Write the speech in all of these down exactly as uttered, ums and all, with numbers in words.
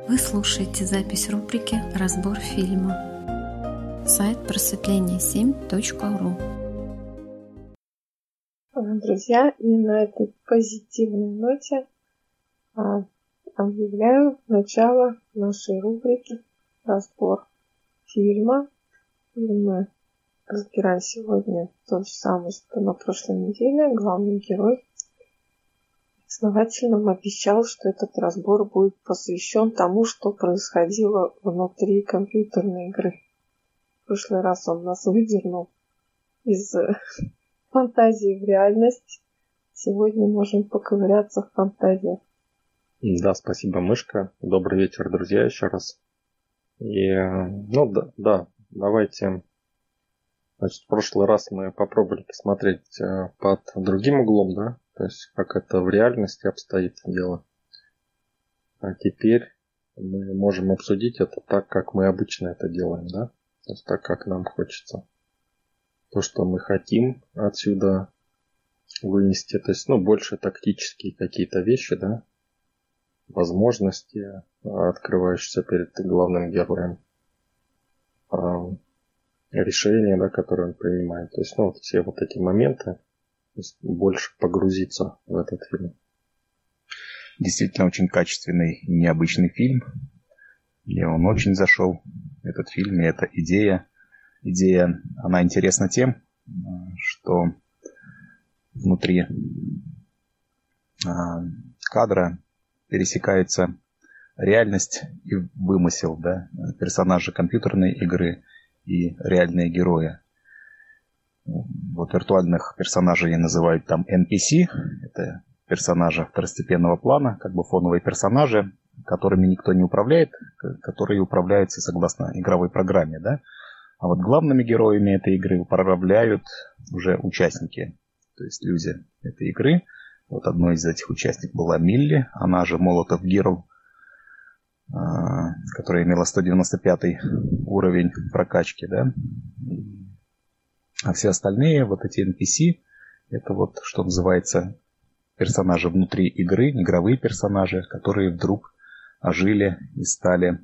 Вы слушаете запись рубрики «Разбор фильма». Сайт просветление семь точка ру. Друзья, и на этой позитивной ноте а, объявляю начало нашей рубрики «Разбор фильма». И мы разбираем сегодня то же самое, что на прошлой неделе. Главный герой основательно обещал, что этот разбор будет посвящен тому, что происходило внутри компьютерной игры. В прошлый раз он нас выдернул из фантазии в реальность. Сегодня можем поковыряться в фантазии. Да, спасибо, Мышка. Добрый вечер, друзья, еще раз. И, ну да, да, давайте. Значит, в прошлый раз мы попробовали посмотреть под другим углом, да, то есть как это в реальности обстоит дело. А теперь мы можем обсудить это так, как мы обычно это делаем, да, то есть так, как нам хочется. То, что мы хотим отсюда вынести, то есть, ну, больше тактические какие-то вещи, да, возможности, открывающиеся перед главным героем, решения, да, которые он принимает. То есть, ну, вот все вот эти моменты, то есть больше погрузиться в этот фильм. Действительно очень качественный и необычный фильм. Мне он очень зашел, этот фильм, и эта идея. Идея, она интересна тем, что внутри кадра пересекается реальность и вымысел, да, персонажи компьютерной игры и реальные герои. Вот виртуальных персонажей называют там эн пи си. Это персонажи второстепенного плана, как бы фоновые персонажи, которыми никто не управляет, которые управляются согласно игровой программе, да. А вот главными героями этой игры управляют уже участники, то есть люди этой игры. Вот одной из этих участников была Милли, она же Молотов Гирл, которая имела сто девяносто пятый уровень прокачки, да. А все остальные, вот эти эн пи си, это вот, что называется, персонажи внутри игры, игровые персонажи, которые вдруг ожили и стали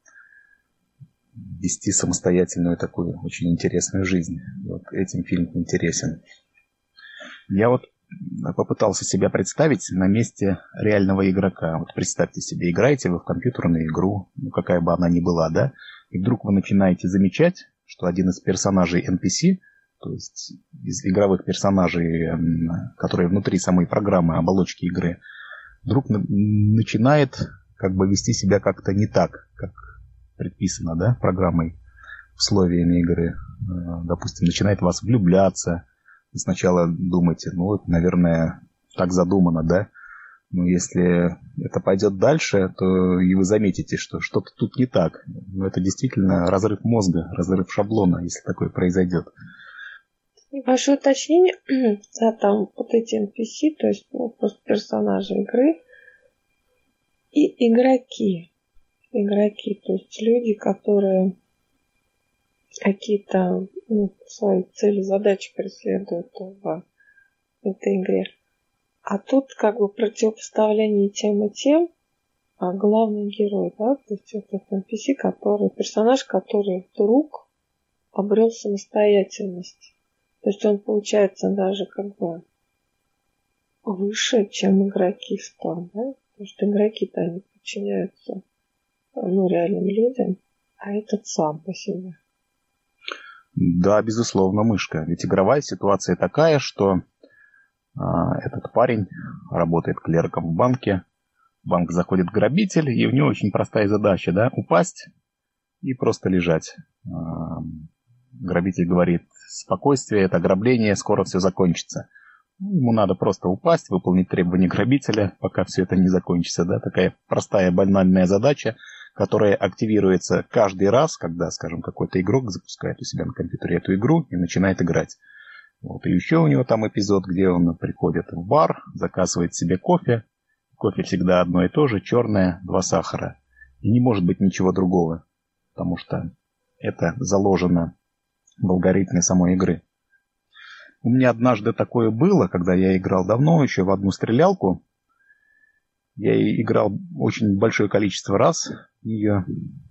вести самостоятельную такую очень интересную жизнь. Вот этим фильм интересен. Я вот попытался себя представить на месте реального игрока. Вот представьте себе, играете вы в компьютерную игру, ну какая бы она ни была, да, и вдруг вы начинаете замечать, что один из персонажей эн пи си, то есть из игровых персонажей, которые внутри самой программы, оболочки игры, вдруг начинает как бы вести себя как-то не так, как предписано, да, программой, условиями игры. Допустим, начинает в вас влюбляться. Вы сначала думаете, ну, это, наверное, так задумано, да. Но если это пойдет дальше, то и вы заметите, что что-то тут не так. Но это действительно разрыв мозга, разрыв шаблона, если такое произойдет. Небольшое уточнение. Да, там вот эти эн пи си, то есть ну, просто персонажи игры и игроки. Игроки, то есть люди, которые какие-то ну, свои цели, задачи преследуют в этой игре. А тут как бы противопоставление тем и тем, а главный герой, да, то есть это эн пи си, который, персонаж, который вдруг обрел самостоятельность. То есть он получается даже как бы выше, чем игроки стал, да? Потому что игроки-то они подчиняются ну, реальным людям, а этот сам по себе. Да, безусловно, Мышка. Ведь игровая ситуация такая, что а, этот парень работает клерком в банке. В банк заходит грабитель, и у него очень простая задача, да, упасть и просто лежать. А, грабитель говорит: спокойствие, это ограбление, скоро все закончится. Ему надо просто упасть, выполнить требования грабителя, пока все это не закончится, да, такая простая банальная задача, которая активируется каждый раз, когда, скажем, какой-то игрок запускает у себя на компьютере эту игру и начинает играть. Вот. И еще у него там эпизод, где он приходит в бар, заказывает себе кофе. Кофе всегда одно и то же, черное, два сахара. И не может быть ничего другого, потому что это заложено в алгоритме самой игры. У меня однажды такое было, когда я играл давно еще в одну стрелялку. Я играл очень большое количество раз. нее.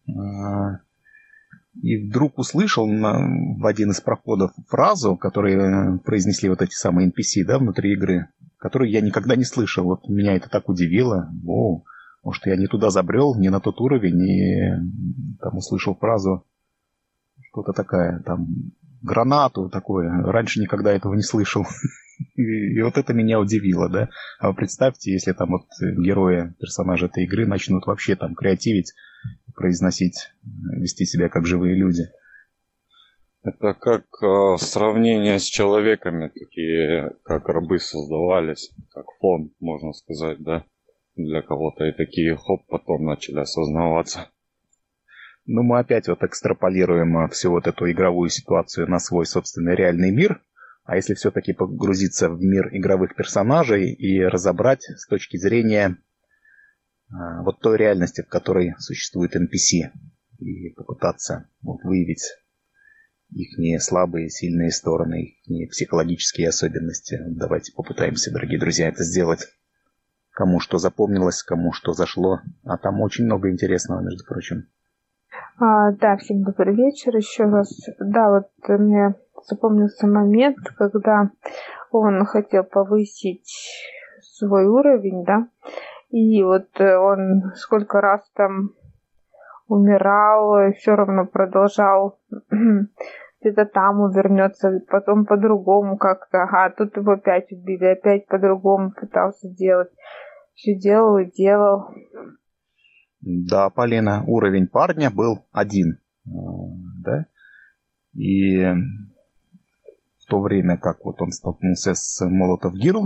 И вдруг услышал на, в один из проходов фразу, которую произнесли вот эти самые эн пи си, да, внутри игры, которую я никогда не слышал. Вот меня это так удивило. О, может, я не туда забрел, не на тот уровень, и там услышал фразу, что-то такая, там, гранату такое. Раньше никогда этого не слышал. И, и вот это меня удивило, да. А вы представьте, если там вот герои, персонажи этой игры начнут вообще там креативить, произносить, вести себя как живые люди. Это как э, сравнение с человеками, такие как рабы создавались, как фон, можно сказать, да, для кого-то. И такие, хоп, потом начали осознаваться. Ну, мы опять вот экстраполируем всю вот эту игровую ситуацию на свой собственный реальный мир. А если все-таки погрузиться в мир игровых персонажей и разобрать с точки зрения а, вот той реальности, в которой существует эн пи си, и попытаться вот, выявить их не слабые, сильные стороны, их не психологические особенности. Давайте попытаемся, дорогие друзья, это сделать. Кому что запомнилось, кому что зашло. А там очень много интересного, между прочим. А, да, всем добрый вечер еще раз. Да, вот мне запомнился момент, когда он хотел повысить свой уровень, да, и вот он сколько раз там умирал, и все равно продолжал где-то там увернется, потом по-другому как-то, а тут его опять убили, опять по-другому пытался делать. Все делал и делал. Да, Полина, уровень парня был один, да, и в то время, как вот он столкнулся с Молотов Гирл,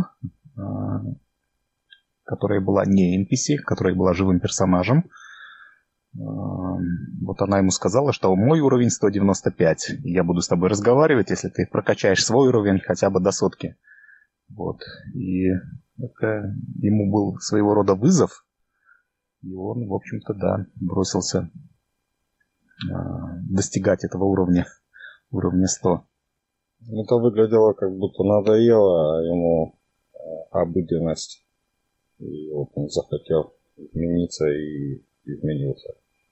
которая была не эн пи си, которая была живым персонажем, вот она ему сказала, что мой уровень сто девяносто пять, и я буду с тобой разговаривать, если ты прокачаешь свой уровень хотя бы до сотки. Вот, и это ему был своего рода вызов. И он, в общем-то, да, бросился э, достигать этого уровня, уровня сто. Это выглядело, как будто надоело ему обыденность. И вот он захотел измениться и изменился.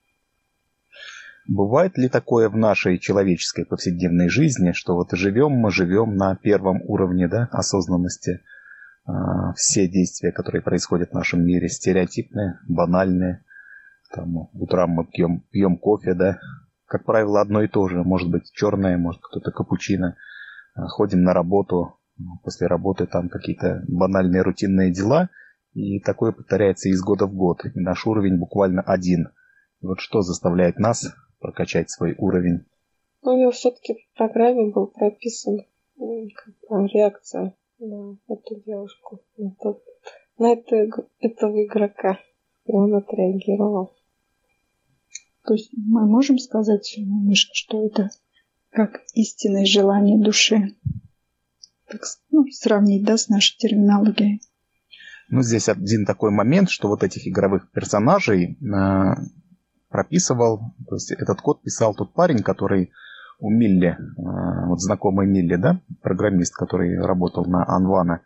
Бывает ли такое в нашей человеческой повседневной жизни, что вот живем мы, живем на первом уровне, да, осознанности? Все действия, которые происходят в нашем мире, стереотипные, банальные. Там, утром мы пьем, пьем кофе, да. Как правило, одно и то же. Может быть, черное, может кто-то капучино. Ходим на работу. После работы там какие-то банальные рутинные дела. И такое повторяется из года в год. И наш уровень буквально один. И вот что заставляет нас прокачать свой уровень? У него все-таки в программе был прописан реакция на эту девушку, на, тот, на это, этого игрока. И он отреагировал. То есть мы можем сказать, Мишка, что это как истинное желание души? Так, ну, сравнить, да, с нашей терминологией. Ну, здесь один такой момент, что вот этих игровых персонажей э, прописывал, то есть этот код писал тот парень, который у Милли, вот знакомый Милли, да, программист, который работал на Анвана.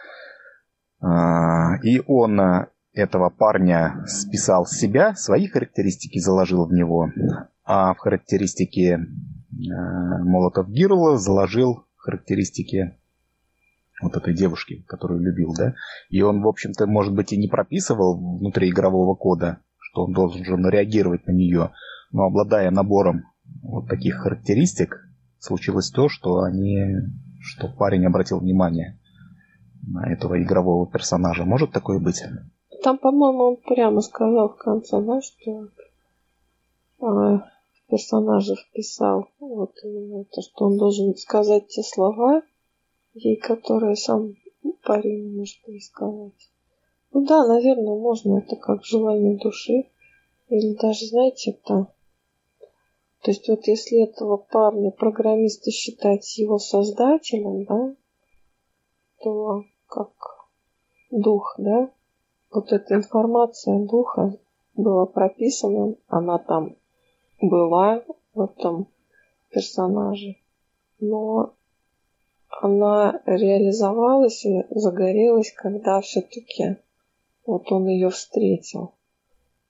И он этого парня списал с себя, свои характеристики заложил в него, а в характеристики Молотов Гирл заложил характеристики вот этой девушки, которую любил, да. И он, в общем-то, может быть, и не прописывал внутри игрового кода, что он должен же реагировать на нее, но обладая набором вот таких характеристик, случилось то, что они, что парень обратил внимание на этого игрового персонажа. Может такое быть? Там, по-моему, он прямо сказал в конце, да, что э, персонажа вписал вот именно это, что он должен сказать те слова, ей, которые сам парень не может пересказать. Ну да, наверное, можно это как желание души. Или даже, знаете, это... То есть вот если этого парня, программиста, считать его создателем, да, то как дух, да, вот эта информация духа была прописана, она там была в этом персонаже, но она реализовалась и загорелась, когда все-таки вот он ее встретил.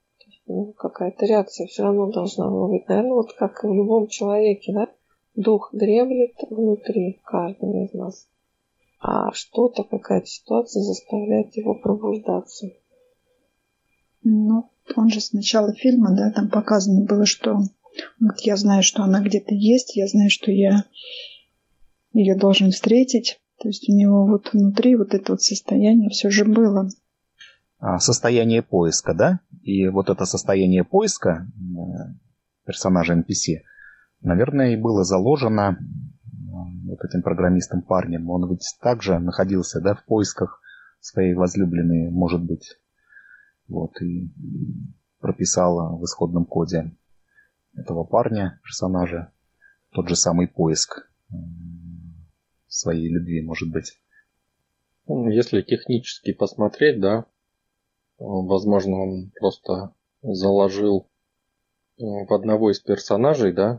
ну, какая-то реакция все равно должна была быть. Наверное, вот как и в любом человеке, да? Дух дремлет внутри каждого из нас. А что-то, какая-то ситуация заставляет его пробуждаться. Ну, он же с начала фильма, да, там показано было, что вот я знаю, что она где-то есть, я знаю, что я ее должен встретить. То есть у него вот внутри вот это вот состояние все же было. Состояние поиска, да? И вот это состояние поиска персонажа эн пи си, наверное, и было заложено вот этим программистом парнем. Он ведь также находился, да, в поисках своей возлюбленной, может быть. Вот, и прописала в исходном коде этого парня, персонажа, тот же самый поиск своей любви, может быть. Если технически посмотреть, да, возможно, он просто заложил в одного из персонажей, да,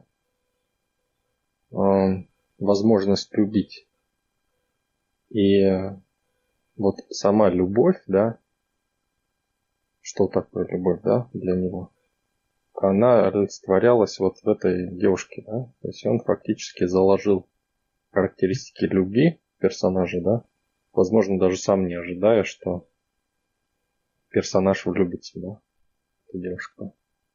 возможность любить. И вот сама любовь, да, что такое любовь, да, для него, она растворялась вот в этой девушке, да. То есть он фактически заложил характеристики любви персонажа, да, возможно, даже сам не ожидая, что персонаж влюбится, да, в девушку.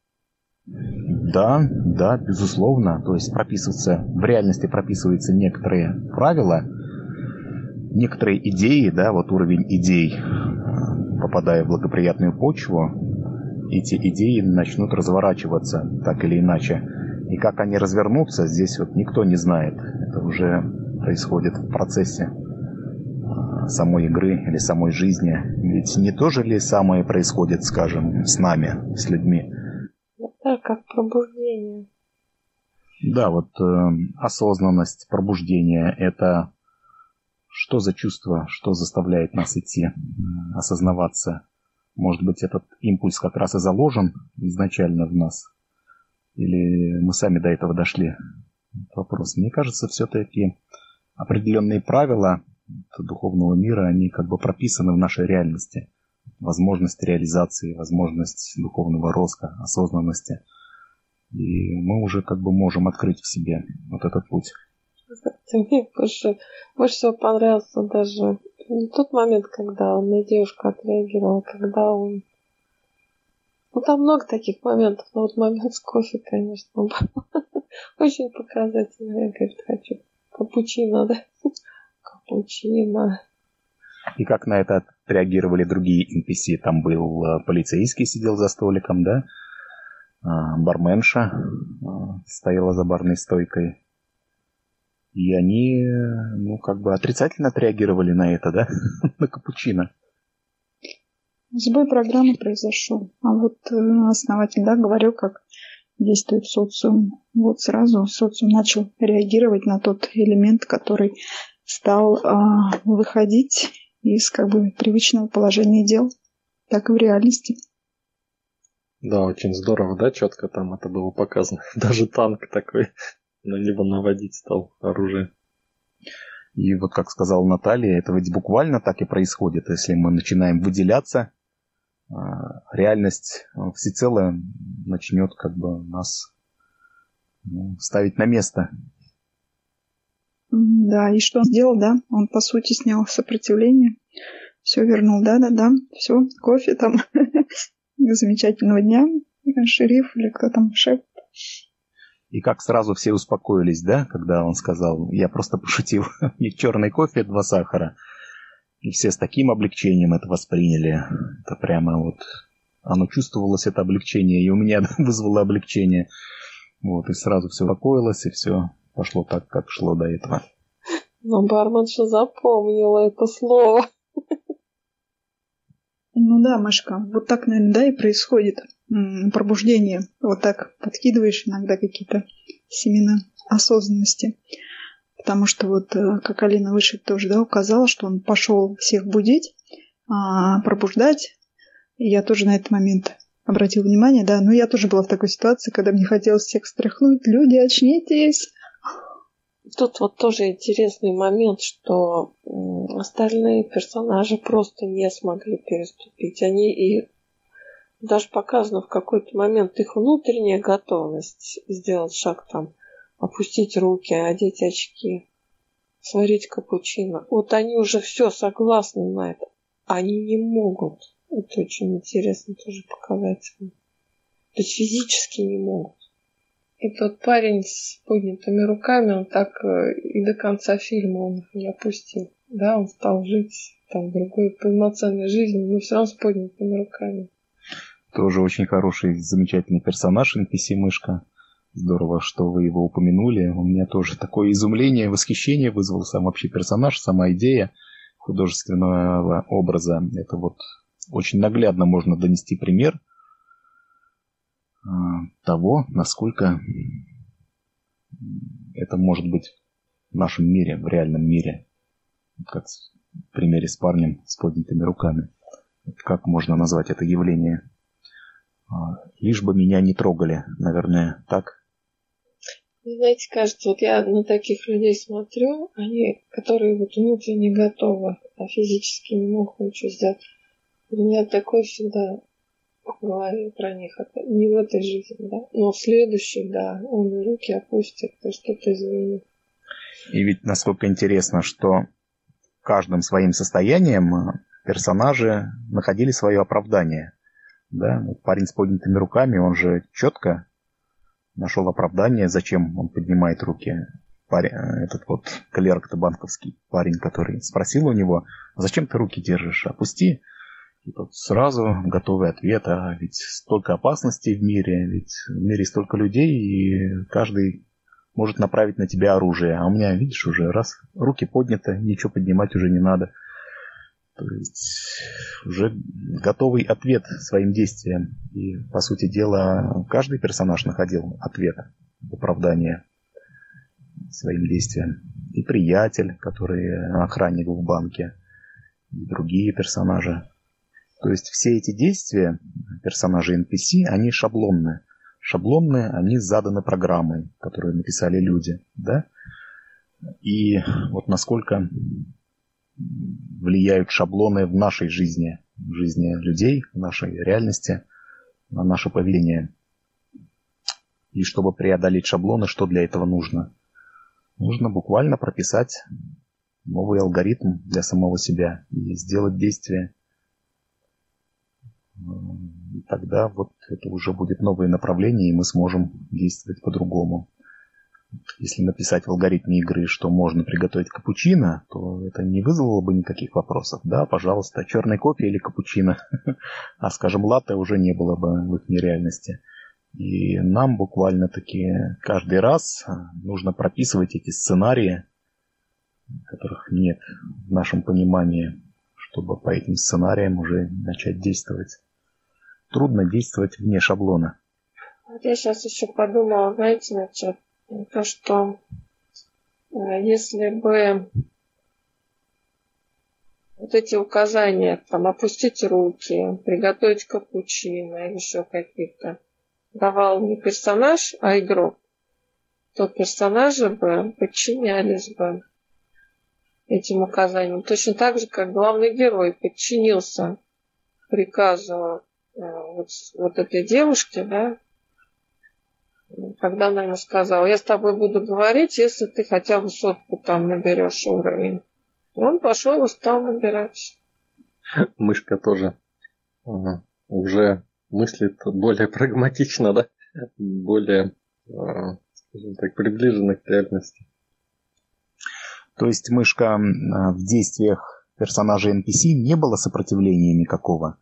Да, да, безусловно. То есть прописываются, в реальности прописываются некоторые правила, некоторые идеи, да, вот уровень идей, попадая в благоприятную почву, эти идеи начнут разворачиваться так или иначе. И как они развернутся, здесь вот никто не знает. Это уже происходит в процессе самой игры или самой жизни. Ведь не то же ли самое происходит, скажем, с нами, с людьми? Да, как пробуждение. Да, вот э, осознанность, пробуждение – это что за чувство, что заставляет нас идти, э, осознаваться? Может быть, этот импульс как раз и заложен изначально в нас? Или мы сами до этого дошли? Вопрос. Мне кажется, все-таки определенные правила духовного мира, они как бы прописаны в нашей реальности. Возможность реализации, возможность духовного роста, осознанности. И мы уже как бы можем открыть в себе вот этот путь. Мне больше, больше всего понравился даже не тот момент, когда он на девушку отреагировал, когда он... Ну, там много таких моментов, но вот момент с кофе, конечно, был очень показательный. Я, говорит, хочу капучино, да? Капучино. И как на это реагировали другие эн пи си? Там был полицейский, сидел за столиком, да? Барменша стояла за барной стойкой. И они, ну, как бы отрицательно отреагировали на это, да? На капучино. Сбой программы произошел. А вот основатель, да, говорил, как действует социум. Вот сразу социум начал реагировать на тот элемент, который стал а, выходить из как бы привычного положения дел, так и в реальности. Да, очень здорово, да, четко там это было показано. Даже танк такой на него наводить стал оружие. И вот, как сказала Наталья, это ведь буквально так и происходит. Если мы начинаем выделяться, реальность всецело начнет как бы нас, ну, ставить на место. Да, и что он сделал, да? Он, по сути, снял сопротивление. Все вернул, да-да-да. Все, кофе там. Замечательного дня, шериф или кто там, шеф. И как сразу все успокоились, да, когда он сказал, я просто пошутил, и черный кофе, два сахара. И все с таким облегчением это восприняли. Это прямо вот, оно чувствовалось, это облегчение, и у меня вызвало облегчение. Вот, и сразу все успокоилось, и все пошло так, как шло до этого. Но барменша запомнила это слово. Ну да, Машка, вот так, наверное, да, и происходит м-м, пробуждение. Вот так подкидываешь иногда какие-то семена осознанности. Потому что вот, как Алина выше тоже, да, указала, что он пошел всех будить, а, пробуждать. И я тоже на этот момент обратила внимание, да, но я тоже была в такой ситуации, когда мне хотелось всех стряхнуть. Люди, очнитесь! Тут вот тоже интересный момент, что остальные персонажи просто не смогли переступить. Они и даже показано в какой-то момент их внутренняя готовность сделать шаг там, опустить руки, одеть очки, сварить капучино. Вот они уже все согласны на это. Они не могут. Это очень интересно тоже показать. То есть физически не могут. И тот парень с поднятыми руками, он так и до конца фильма он их не опустил. Да, он стал жить там другой полноценной жизнью, но все равно с поднятыми руками. Тоже очень хороший, замечательный персонаж эн пи си-мышка. Здорово, что вы его упомянули. У меня тоже такое изумление, восхищение вызвал сам вообще персонаж, сама идея художественного образа. Это вот очень наглядно можно донести пример того, насколько это может быть в нашем мире, в реальном мире. Как в примере с парнем с поднятыми руками. Как можно назвать это явление? Лишь бы меня не трогали, наверное, так? Знаете, кажется, вот я на таких людей смотрю, они, которые вот внутренне готовы, а физически не могут ничего сделать. У меня такое всегда в голове про них. Это не в этой жизни, да, но в следующей, да, он и руки опустит, и что-то изменит. И ведь насколько интересно, что каждым своим состоянием персонажи находили свое оправдание. Да? Вот парень с поднятыми руками, он же четко нашел оправдание, зачем он поднимает руки. Парень, этот вот клерк-то банковский парень, который спросил у него, зачем ты руки держишь? Опусти. И тут сразу готовый ответ, а ведь столько опасностей в мире, ведь в мире столько людей, и каждый может направить на тебя оружие. А у меня, видишь, уже раз руки подняты, ничего поднимать уже не надо. То есть уже готовый ответ своим действиям. И, по сути дела, каждый персонаж находил ответ, оправдание своим действиям. И приятель, который охранник в банке, и другие персонажи. То есть все эти действия персонажей эн пи си, они шаблонные. Шаблонные, они заданы программой, которую написали люди. Да? И вот насколько влияют шаблоны в нашей жизни, в жизни людей, в нашей реальности, на наше поведение. И чтобы преодолеть шаблоны, что для этого нужно? Нужно буквально прописать новый алгоритм для самого себя и сделать действие. И тогда вот это уже будет новое направление, и мы сможем действовать по-другому. Если написать в алгоритме игры, что можно приготовить капучино, то это не вызвало бы никаких вопросов. Да, пожалуйста, черный кофе или капучино. А, скажем, латте уже не было бы в их реальности. И нам буквально-таки каждый раз нужно прописывать эти сценарии, которых нет в нашем понимании, чтобы по этим сценариям уже начать действовать. Трудно действовать вне шаблона. Вот я сейчас еще подумала, знаете, насчет то, что если бы вот эти указания, там, опустить руки, приготовить капучино или еще какие-то, давал не персонаж, а игрок, то персонажи бы подчинялись бы этим указаниям. Точно так же, как главный герой подчинился приказу вот, вот этой девушки, да, когда она ему сказала, я с тобой буду говорить, если ты хотя бы сотку там наберешь уровень. Он пошел и стал набирать. Мышка тоже ага, уже мыслит более прагматично, да? Более, скажем так, приближена к реальности. То есть мышка в действиях персонажей эн пи си не было сопротивления никакого.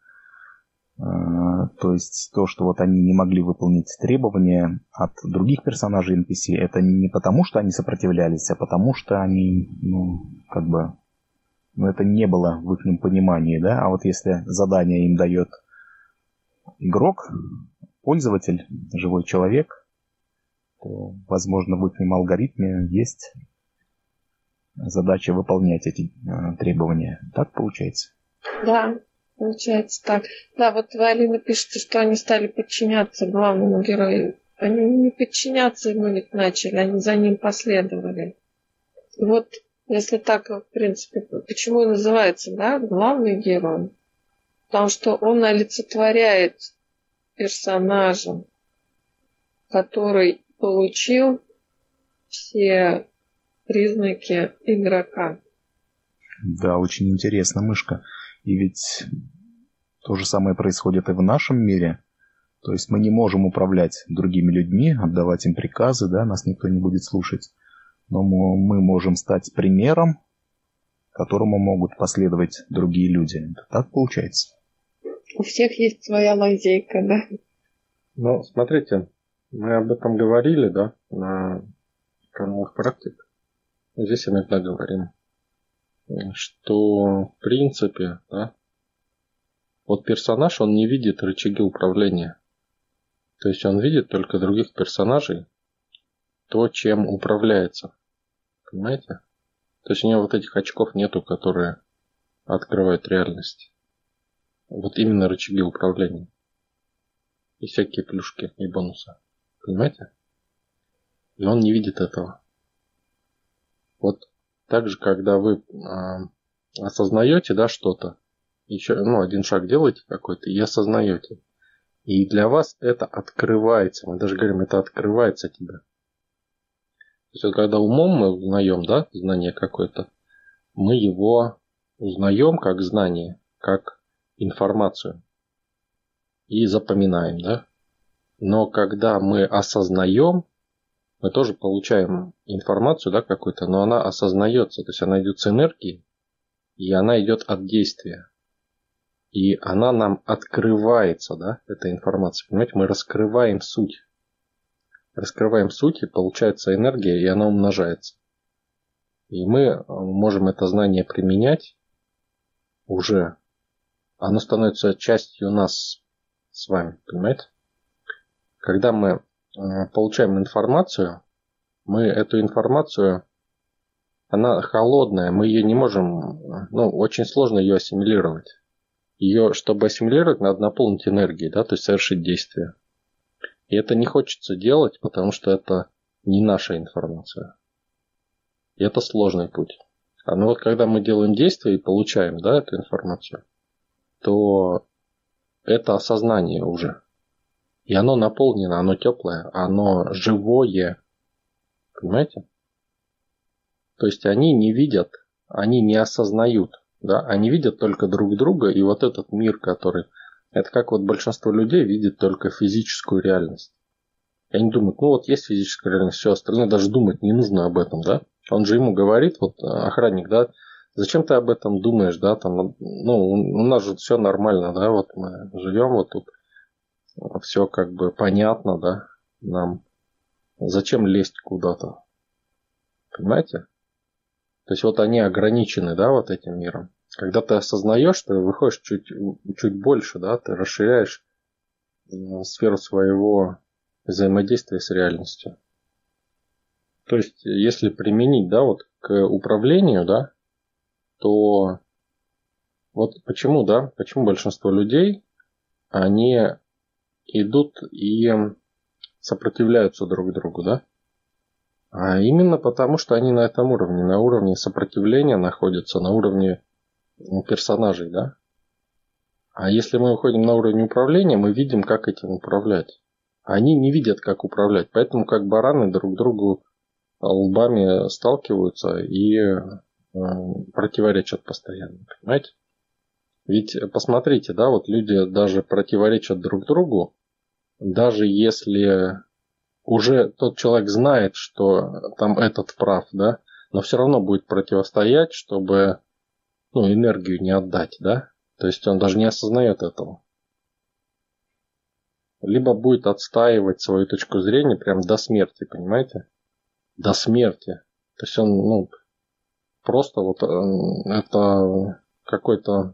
То есть то, что вот они не могли выполнить требования от других персонажей эн пи си, это не потому, что они сопротивлялись, а потому что они, ну, как бы, ну, это не было в их понимании, да. А вот если задание им дает игрок, пользователь, живой человек, то, возможно, в их алгоритме есть задача выполнять эти э, требования. Так получается? Да. Получается так. Да, вот вы, Алина, пишете, что они стали подчиняться главному герою. Они не подчиняться ему ведь начали, они за ним последовали. И вот, если так, в принципе, почему и называется, да, главный герой? Потому что он олицетворяет персонажем, который получил все признаки игрока. Да, очень интересно, мышка. И ведь то же самое происходит и в нашем мире. То есть мы не можем управлять другими людьми, отдавать им приказы, да, нас никто не будет слушать. Но мы можем стать примером, которому могут последовать другие люди. Это так получается? У всех есть своя лазейка, да? Ну, смотрите, мы об этом говорили, да, на каналах практик. Здесь иногда говорим, что в принципе, да, вот персонаж, он не видит рычаги управления. То есть он видит только других персонажей, то, чем управляется. Понимаете? То есть у него вот этих очков нету, которые открывают реальность. Вот именно рычаги управления. И всякие плюшки и бонусы. Понимаете? И он не видит этого. Вот так же, когда вы э, осознаете, да, что-то, еще, ну, один шаг делаете какой-то и осознаете. И для вас это открывается. Мы даже говорим, это открывается тебе. То есть, вот когда умом мы узнаем, да, знание какое-то, мы его узнаем как знание, как информацию. И запоминаем, да. Но когда мы осознаем, мы тоже получаем информацию, да, какую-то, но она осознается. То есть она идет с энергией, и она идет от действия. И она нам открывается, да, эта информация. Понимаете, мы раскрываем суть. Раскрываем суть, и получается энергия, и она умножается. И мы можем это знание применять уже. Оно становится частью нас с вами, понимаете? Когда мы получаем информацию, мы эту информацию, она холодная, мы ее не можем, ну, очень сложно ее ассимилировать. Ее, чтобы ассимилировать, надо наполнить энергией, да, то есть совершить действие. И это не хочется делать, потому что это не наша информация. И это сложный путь. А ну вот когда мы делаем действие и получаем, да, эту информацию, то это осознание уже. И оно наполнено, оно теплое, оно живое. Понимаете? То есть они не видят, они не осознают. Да? Они видят только друг друга и вот этот мир, который... Это как вот большинство людей видит только физическую реальность. И они думают, ну вот есть физическая реальность, все остальное даже думать не нужно об этом, да? Он же ему говорит, вот охранник, да, зачем ты об этом думаешь, да, там, ну, у нас же все нормально, да, вот мы живем вот тут, все как бы понятно, да, нам. Зачем лезть куда-то? Понимаете? То есть вот они ограничены, да, вот этим миром. Когда ты осознаешь, ты выходишь чуть, чуть больше, да, ты расширяешь сферу своего взаимодействия с реальностью. То есть, если применить, да, вот к управлению, да, то вот почему, да, почему большинство людей, они идут и сопротивляются друг другу, да? А именно потому, что они на этом уровне, на уровне сопротивления находятся, на уровне персонажей, да? А если мы выходим на уровень управления, мы видим, как этим управлять. Они не видят, как управлять, поэтому как бараны друг другу лбами сталкиваются и э, противоречат постоянно, понимаете? Ведь посмотрите, да, вот люди даже противоречат друг другу, даже если уже тот человек знает, что там этот прав, да, но все равно будет противостоять, чтобы, ну, энергию не отдать, да, то есть он даже не осознает этого. Либо будет отстаивать свою точку зрения прям до смерти, понимаете? До смерти. То есть он, ну, просто вот это какой-то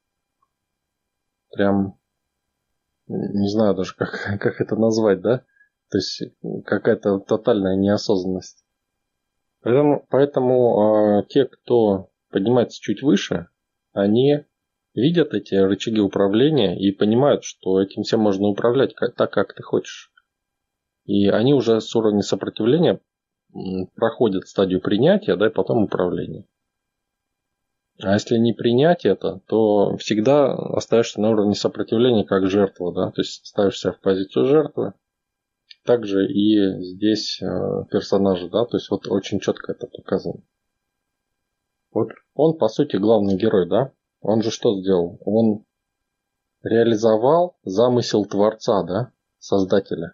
прям, не знаю даже, как, как это назвать, да? То есть какая-то тотальная неосознанность. Поэтому, поэтому э, те, кто поднимается чуть выше, они видят эти рычаги управления и понимают, что этим всем можно управлять как, так, как ты хочешь. И они уже с уровня сопротивления проходят стадию принятия, да, и потом управления. А если не принять это, то всегда остаешься на уровне сопротивления как жертва, да, то есть ставишься в позицию жертвы. Также и здесь э, персонажи, да, то есть вот очень четко это показано. Вот он, по сути, главный герой, да, он же что сделал? Он реализовал замысел Творца, да, Создателя.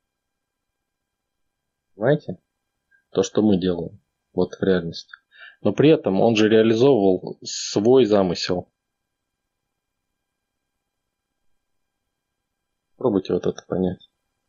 Понимаете? То, что мы делаем вот в реальности. Но при этом он же реализовывал свой замысел. Пробуйте вот это понять.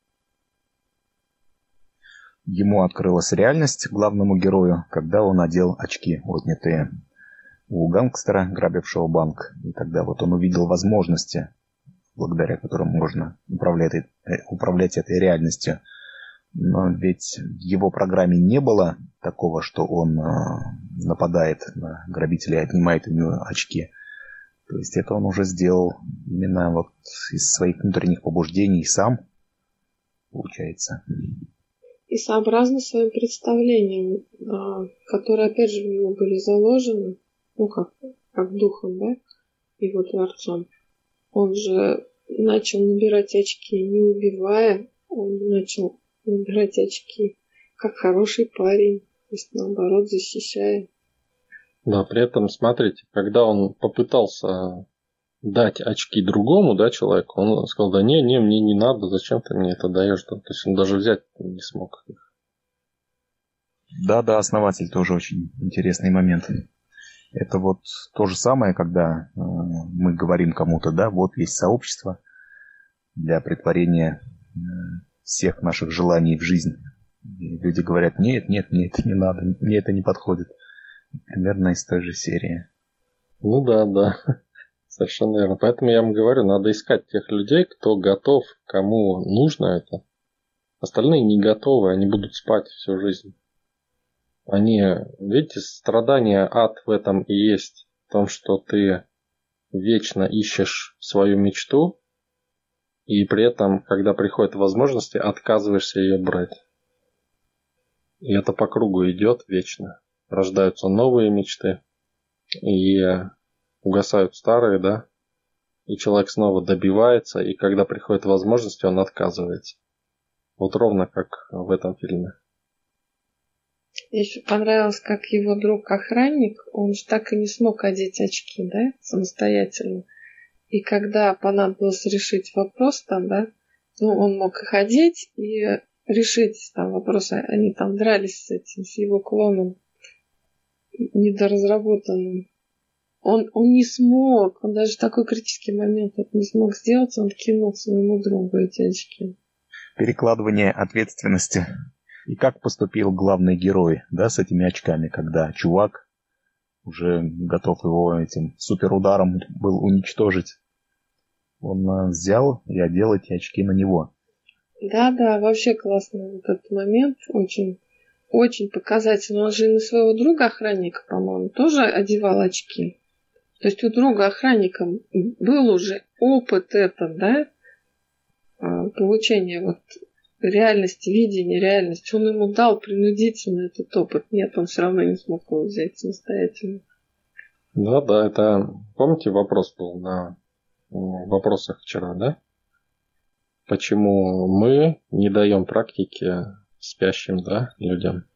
Ему открылась реальность, главному герою, когда он надел очки, отнятые у гангстера, грабившего банк. И тогда вот он увидел возможности, благодаря которым можно управлять, управлять этой реальностью. Но ведь в его программе не было такого, что он э, нападает на грабителя и отнимает у него очки. То есть это он уже сделал именно вот из своих внутренних побуждений сам, получается. И сообразно своим представлениям, э, которые, опять же, в него были заложены, ну, как, как духом, да, его Творцом. Он же начал набирать очки, не убивая, он начал набирать очки, как хороший парень, то есть наоборот защищая. Да, при этом, смотрите, когда он попытался дать очки другому, да, человеку, он сказал, да не, не, мне не надо, зачем ты мне это даешь, да? То есть он даже взять не смог их. Да-да, основатель тоже очень интересный момент. Это вот то же самое, когда э, мы говорим кому-то, да, вот есть сообщество для претворения э, всех наших желаний в жизнь. И люди говорят, нет, нет, мне это не надо, мне это не подходит. Примерно из той же серии. Ну да, да, совершенно верно. Поэтому я вам говорю, надо искать тех людей, кто готов, кому нужно это. Остальные не готовы, они будут спать всю жизнь. Они, видите, страдания, ад в этом и есть. В том, что ты вечно ищешь свою мечту, и при этом, когда приходят возможности, отказываешься ее брать. И это по кругу идет вечно. Рождаются новые мечты, и угасают старые, да. И человек снова добивается, и когда приходят возможности, он отказывается. Вот ровно как в этом фильме. Мне еще понравилось, как его друг-охранник, он же так и не смог одеть очки, да, самостоятельно. И когда понадобилось решить вопрос там, да, ну, он мог их одеть и решить там вопросы. Они там дрались с этим, с его клоном недоразработанным. Он, он не смог, он даже в такой критический момент это не смог сделать, он кинул своему другу эти очки. Перекладывание ответственности. И как поступил главный герой, да, с этими очками, когда чувак уже готов его этим суперударом был уничтожить. Он взял и одел эти очки на него. Да-да, вообще классный вот этот момент, очень, очень показательный. Он же и на своего друга-охранника, по-моему, тоже одевал очки. То есть у друга-охранника был уже опыт этот, да, получения вот реальности, видения реальности. Он ему дал принудительно этот опыт. Нет, он все равно не смог его взять самостоятельно. Да, да, это, помните, вопрос был на вопросах вчера, да? Почему мы не даем практики спящим, да, людям?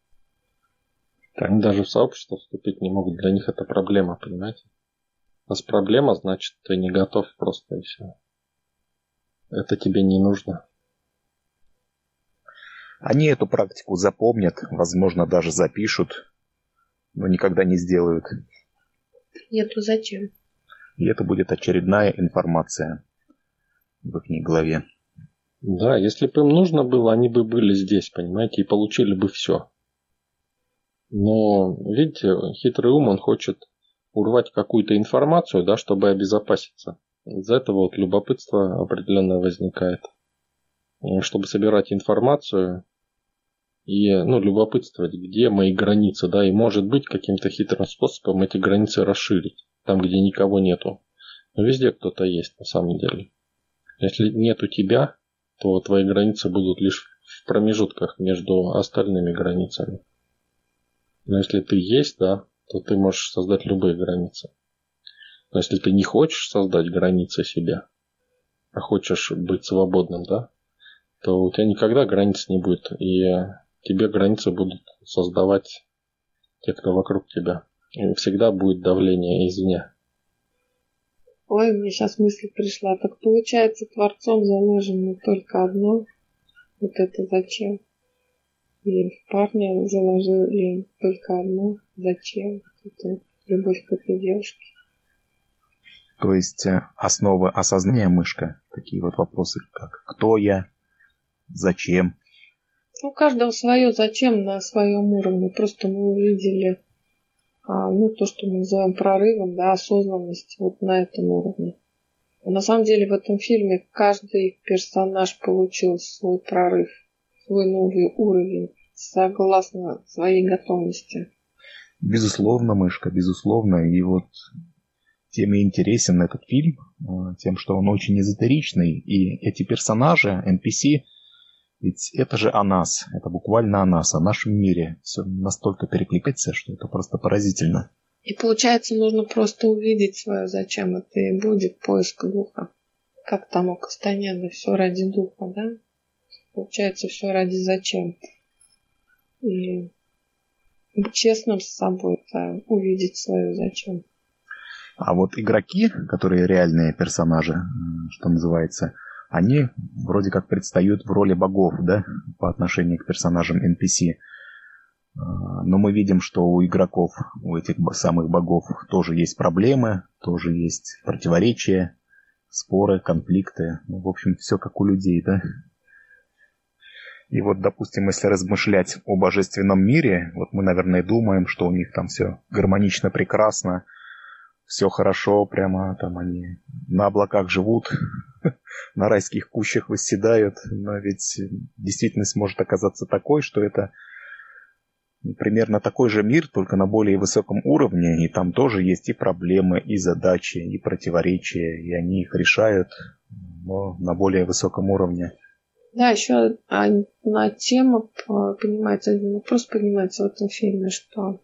Они даже в сообщество вступить не могут. Для них это проблема, понимаете? Раз проблема, значит, ты не готов просто и все. Это тебе не нужно. Они эту практику запомнят, возможно, даже запишут, но никогда не сделают. Нет, ну зачем? И это будет очередная информация в их голове. Да, если бы им нужно было, они бы были здесь, понимаете, и получили бы все. Но, видите, хитрый ум, он хочет урвать какую-то информацию, да, чтобы обезопаситься. Из-за этого вот любопытство определенное возникает. Чтобы собирать информацию и, ну, любопытствовать, где мои границы, да, и может быть каким-то хитрым способом эти границы расширить, там, где никого нету. Но везде кто-то есть на самом деле. Если нету тебя, то твои границы будут лишь в промежутках между остальными границами. Но если ты есть, да, то ты можешь создать любые границы. Но если ты не хочешь создать границы себе, а хочешь быть свободным, да, то у тебя никогда границ не будет. И тебе границы будут создавать те, кто вокруг тебя. И всегда будет давление извне. Ой, мне сейчас мысль пришла. Так получается, Творцом заложено только одно. Вот это зачем? И в парня заложили только одно. Зачем? Это любовь к этой девушке. То есть основы осознания, мышка, такие вот вопросы, как кто я, зачем. У каждого свое зачем на своем уровне. Просто мы увидели а, ну, то, что мы называем прорывом, да, осознанность вот на этом уровне. На самом деле в этом фильме каждый персонаж получил свой прорыв, свой новый уровень, согласно своей готовности. Безусловно, мышка, безусловно. И вот тем и интересен этот фильм, тем, что он очень эзотеричный. И эти персонажи, эн пи си, ведь это же о нас, это буквально о нас, о нашем мире. Все настолько перекликается, что это просто поразительно. И получается, нужно просто увидеть свое зачем. Это и будет поиск духа. Как там у Кастанеды, все ради духа, да? Получается, все ради зачем. И быть честным с собой, это увидеть свое зачем. А вот игроки, которые реальные персонажи, что называется, они вроде как предстают в роли богов, да, по отношению к персонажам эн пи си. Но мы видим, что у игроков, у этих самых богов тоже есть проблемы, тоже есть противоречия, споры, конфликты. Ну, в общем, все как у людей, да. И вот, допустим, если размышлять о божественном мире, вот мы, наверное, думаем, что у них там все гармонично, прекрасно, все хорошо, прямо там они на облаках живут, на райских кущах восседают, но ведь действительность может оказаться такой, что это примерно такой же мир, только на более высоком уровне, и там тоже есть и проблемы, и задачи, и противоречия, и они их решают, но на более высоком уровне. Да, еще одна тема понимается, один вопрос поднимается в этом фильме, что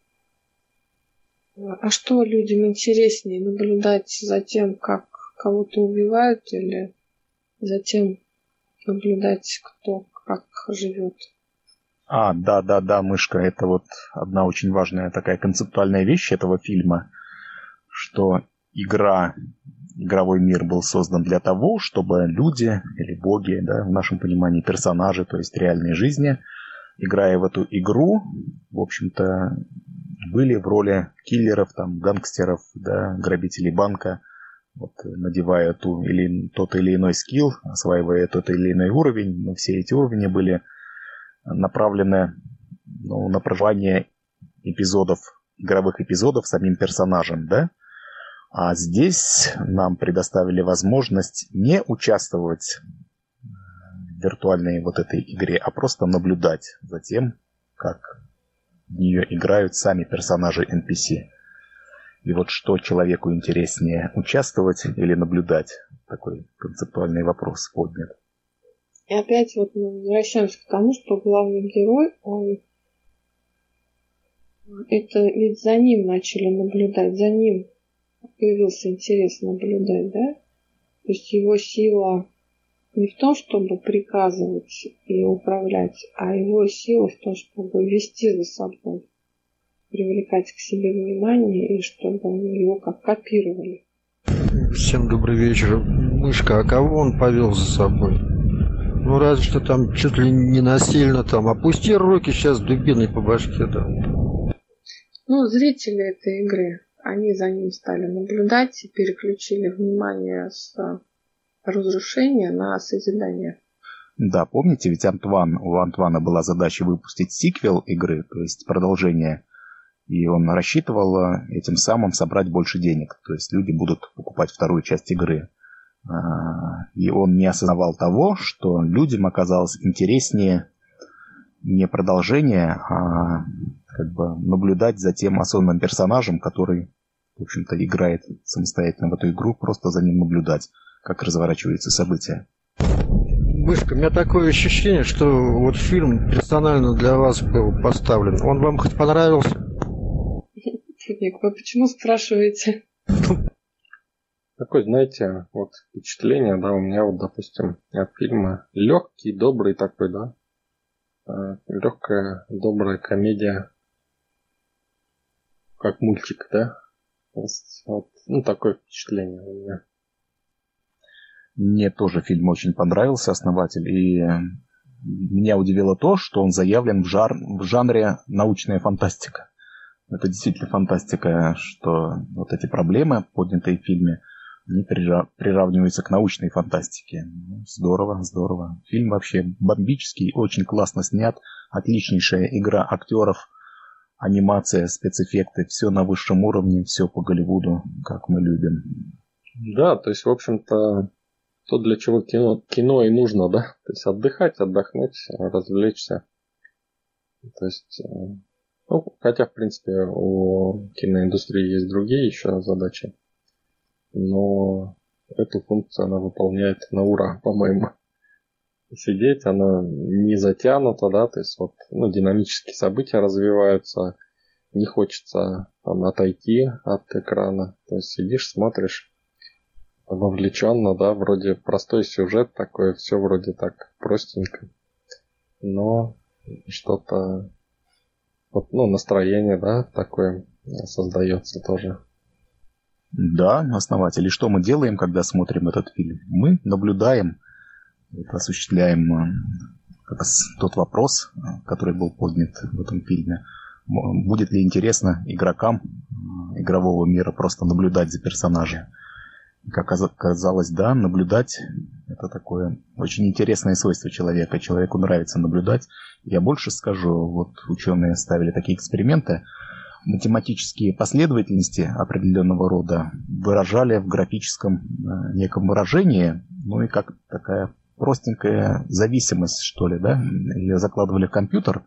а что людям интереснее, наблюдать за тем, как кого-то убивают, или за тем наблюдать, кто как живет? А, да, да, да, мышка, это вот одна очень важная такая концептуальная вещь этого фильма, что игра, игровой мир был создан для того, чтобы люди или боги, да, в нашем понимании персонажи, то есть реальной жизни, играя в эту игру, в общем-то, были в роли киллеров, там, гангстеров, да, грабителей банка, вот, надевая ту или, тот или иной скилл, осваивая тот или иной уровень, но все эти уровни были направлены, ну, на проживание эпизодов, игровых эпизодов самим персонажем, да? А здесь нам предоставили возможность не участвовать в виртуальной вот этой игре, а просто наблюдать за тем, как в нее играют сами персонажи эн пи си. И вот что человеку интереснее, участвовать или наблюдать? Такой концептуальный вопрос поднят. И опять вот мы возвращаемся к тому, что главный герой, он... Это ведь за ним начали наблюдать, за ним появился интерес наблюдать, да? То есть его сила не в том, чтобы приказывать и управлять, а его сила в том, чтобы вести за собой, привлекать к себе внимание и чтобы его как копировали. Всем добрый вечер. Мышка, а кого он повел за собой? Ну, разве что там чуть ли не насильно там. Опусти руки, сейчас дубиной по башке дам. Ну, зрители этой игры, они за ним стали наблюдать и переключили внимание с разрушения на созидание. Да, помните, ведь Антуан, у Антуана была задача выпустить сиквел игры, то есть продолжение, и он рассчитывал этим самым собрать больше денег, то есть люди будут покупать вторую часть игры. И он не осознавал того, что людям оказалось интереснее не продолжение, а как бы наблюдать за тем осознанным персонажем, который, в общем-то, играет самостоятельно в эту игру, просто за ним наблюдать, как разворачиваются события. Мышка, у меня такое ощущение, что вот фильм персонально для вас был поставлен. Он вам хоть понравился? спутник. Вы почему спрашиваете? Такое, знаете, вот впечатление, да, у меня вот, допустим, от фильма легкий, добрый такой, да, легкая, добрая комедия, как мультик, да, вот, ну, такое впечатление у меня. Мне тоже фильм очень понравился, «Основатель», и меня удивило то, что он заявлен в, жар, в жанре научная фантастика. Это действительно фантастика, что вот эти проблемы, поднятые в фильме, они приравниваются к научной фантастике. Здорово, здорово. Фильм вообще бомбический, очень классно снят, отличнейшая игра актеров, анимация, спецэффекты, все на высшем уровне, все по Голливуду, как мы любим. Да, то есть, в общем-то, то, для чего кино, кино и нужно, да? То есть отдыхать, отдохнуть, развлечься. То есть, ну, хотя, в принципе, у киноиндустрии есть другие еще задачи. Но эту функцию она выполняет на ура, по-моему. Сидеть, она не затянута, да, то есть вот, ну, динамические события развиваются, не хочется там отойти от экрана. То есть сидишь, смотришь вовлеченно, да, вроде простой сюжет такой, все вроде так простенько, но что-то, вот, ну, настроение, да, такое создается тоже. Да, «Основатель». И что мы делаем, когда смотрим этот фильм? Мы наблюдаем, осуществляем как раз тот вопрос, который был поднят в этом фильме. Будет ли интересно игрокам игрового мира просто наблюдать за персонажем? Как оказалось, да, наблюдать – это такое очень интересное свойство человека. Человеку нравится наблюдать. Я больше скажу, вот ученые ставили такие эксперименты. Математические последовательности определенного рода выражали в графическом неком выражении, ну и как такая простенькая зависимость, что ли, да, ее закладывали в компьютер,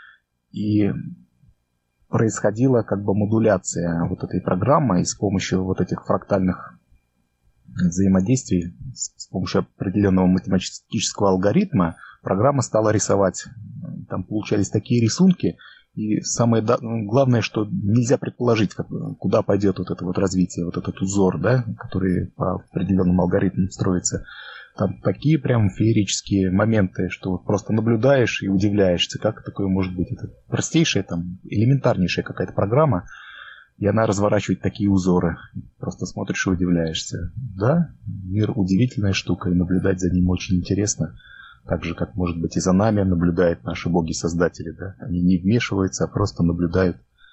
и происходила как бы модуляция вот этой программы, и с помощью вот этих фрактальных взаимодействий, с помощью определенного математического алгоритма программа стала рисовать. Там получались такие рисунки, и самое главное, что нельзя предположить, как, куда пойдет вот это вот развитие, вот этот узор, да, который по определенным алгоритмам строится. Там такие прям феерические моменты, что вот просто наблюдаешь и удивляешься, как такое может быть. Это простейшая, там, элементарнейшая какая-то программа, и она разворачивает такие узоры. Просто смотришь и удивляешься. Да, мир удивительная штука, и наблюдать за ним очень интересно. Так же, как, может быть, и за нами наблюдают наши боги-создатели. Да? Они не вмешиваются, а просто наблюдают,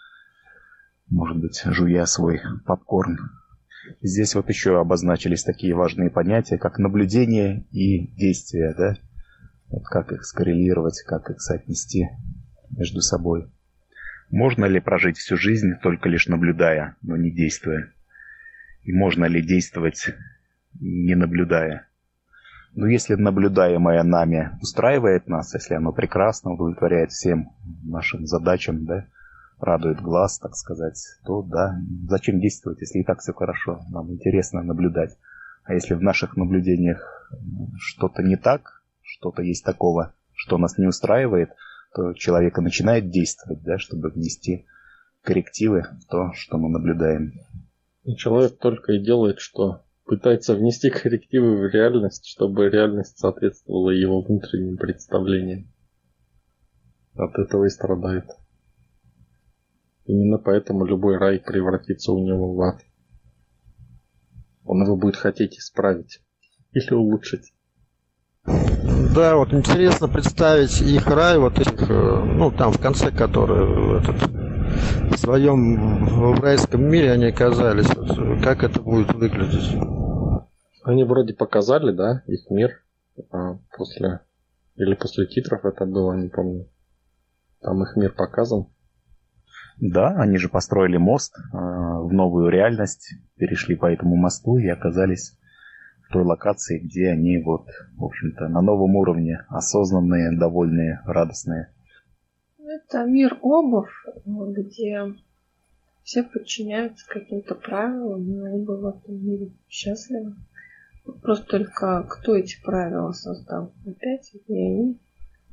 может быть, жуя свой попкорн. Здесь вот еще обозначились такие важные понятия, как наблюдение и действие. Да? Вот как их скоррелировать, как их соотнести между собой. Можно ли прожить всю жизнь только лишь наблюдая, но не действуя? И можно ли действовать, не наблюдая? Но если наблюдаемое нами устраивает нас, если оно прекрасно удовлетворяет всем нашим задачам, да, радует глаз, так сказать, то да, зачем действовать, если и так все хорошо, нам интересно наблюдать. А если в наших наблюдениях что-то не так, что-то есть такого, что нас не устраивает, то человек начинает действовать, да, чтобы внести коррективы в то, что мы наблюдаем. И человек только и делает, что пытается внести коррективы в реальность, чтобы реальность соответствовала его внутренним представлениям. От этого и страдает. Именно поэтому любой рай превратится у него в ад. Он его будет хотеть исправить или улучшить. Да, вот интересно представить их рай, вот этих, ну, там в конце, которые этот, в своем в райском мире они оказались. Вот, как это будет выглядеть? Они вроде показали, да, их мир а после или после титров это было, не помню. Там их мир показан. Да, они же построили мост э, в новую реальность, перешли по этому мосту и оказались в той локации, где они вот, в общем-то, на новом уровне, осознанные, довольные, радостные. Это мир обувь, где все подчиняются каким-то правилам, и оба в этом мире счастливы. Просто только кто эти правила создал? Опять не они.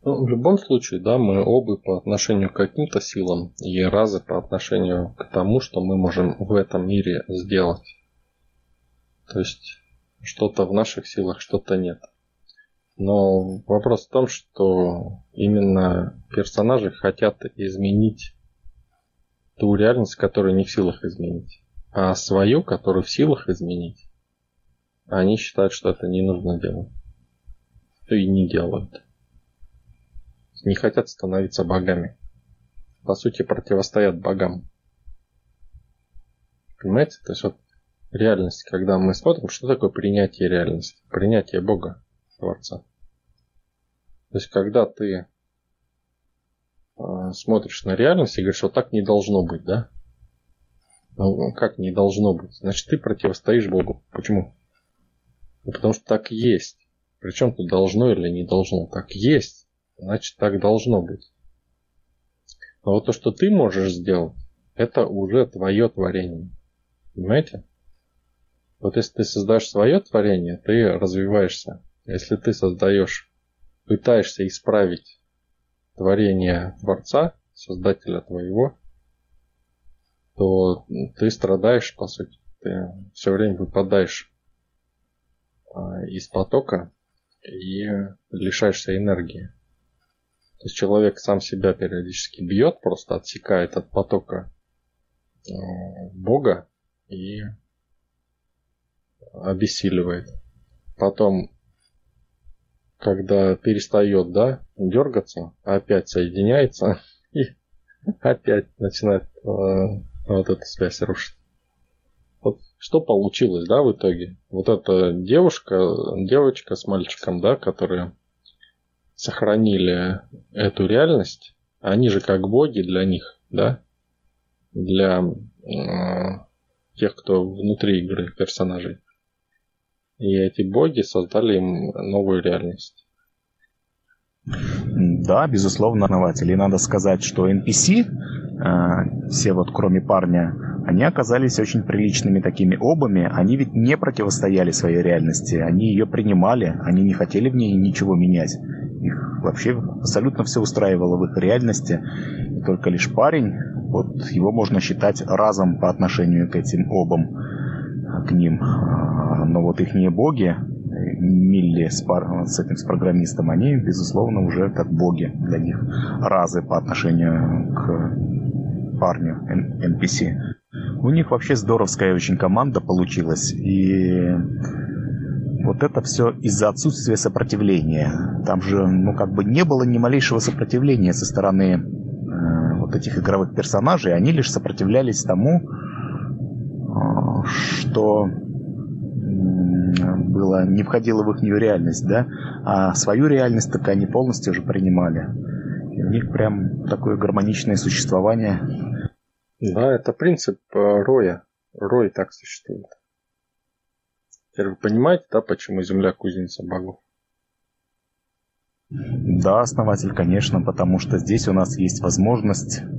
Ну, в любом случае, да, мы обы по отношению к каким-то силам и разы по отношению к тому, что мы можем в этом мире сделать. То есть что-то в наших силах, что-то нет. Но вопрос в том, что именно персонажи хотят изменить ту реальность, которую не в силах изменить. А свою, которую в силах изменить, они считают, что это не нужно делать. И не делают. Не хотят становиться богами. По сути, противостоят богам. Понимаете? То есть вот реальность, когда мы смотрим, что такое принятие реальности? Принятие Бога, Творца. То есть когда ты э, смотришь на реальность и говоришь, вот так не должно быть, да? Ну, как не должно быть? Значит, ты противостоишь Богу. Почему? Ну, потому что так есть. Причем тут должно или не должно? Так есть. Значит, так должно быть. Но вот то, что ты можешь сделать, это уже твое творение. Понимаете? Вот если ты создаешь свое творение, ты развиваешься. Если ты создаешь, пытаешься исправить творение Творца, Создателя твоего, то ты страдаешь, по сути. Ты все время выпадаешь из потока и лишаешься энергии. То есть человек сам себя периодически бьет, просто отсекает от потока Бога и обессиливает. Потом, когда перестает, да, дергаться, опять соединяется и опять начинает э, вот эту связь рушить. Вот что получилось, да, в итоге? Вот эта девушка, девочка с мальчиком, да, которые сохранили эту реальность, они же как боги для них, да, для э, тех, кто внутри игры персонажей. И эти боги создали им новую реальность. Да, безусловно, основатель. И надо сказать, что эн пи си, э, все вот кроме парня, они оказались очень приличными такими обами. Они ведь не противостояли своей реальности, они ее принимали, они не хотели в ней ничего менять. Их вообще абсолютно все устраивало в их реальности. И только лишь парень, вот его можно считать разом по отношению к этим обам, к ним. Но вот ихние боги, Милли с, пар... с этим с программистом, они, безусловно, уже как боги для них, разы по отношению к парню эн пи си. У них вообще здоровская очень команда получилась. И вот это все из-за отсутствия сопротивления. Там же, ну, как бы не было ни малейшего сопротивления со стороны э, вот этих игровых персонажей. Они лишь сопротивлялись тому, э, что было, не входило в их реальность, да, а свою реальность так они полностью уже принимали. И у них прям такое гармоничное существование. Да, это принцип роя. Рой так существует. Теперь вы понимаете, да, почему Земля кузница богов? Да, основатель, конечно, потому что здесь у нас есть возможность э,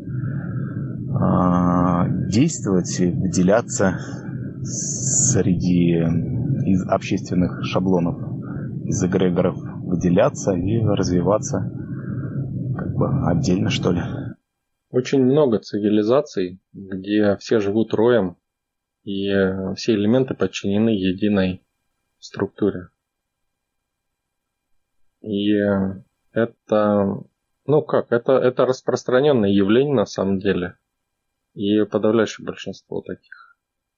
действовать, выделяться среди из общественных шаблонов, из эгрегоров, выделяться и развиваться как бы отдельно, что ли. Очень много цивилизаций, где все живут роем, и все элементы подчинены единой структуре. И это, ну как, это, это распространенное явление на самом деле, и подавляющее большинство таких.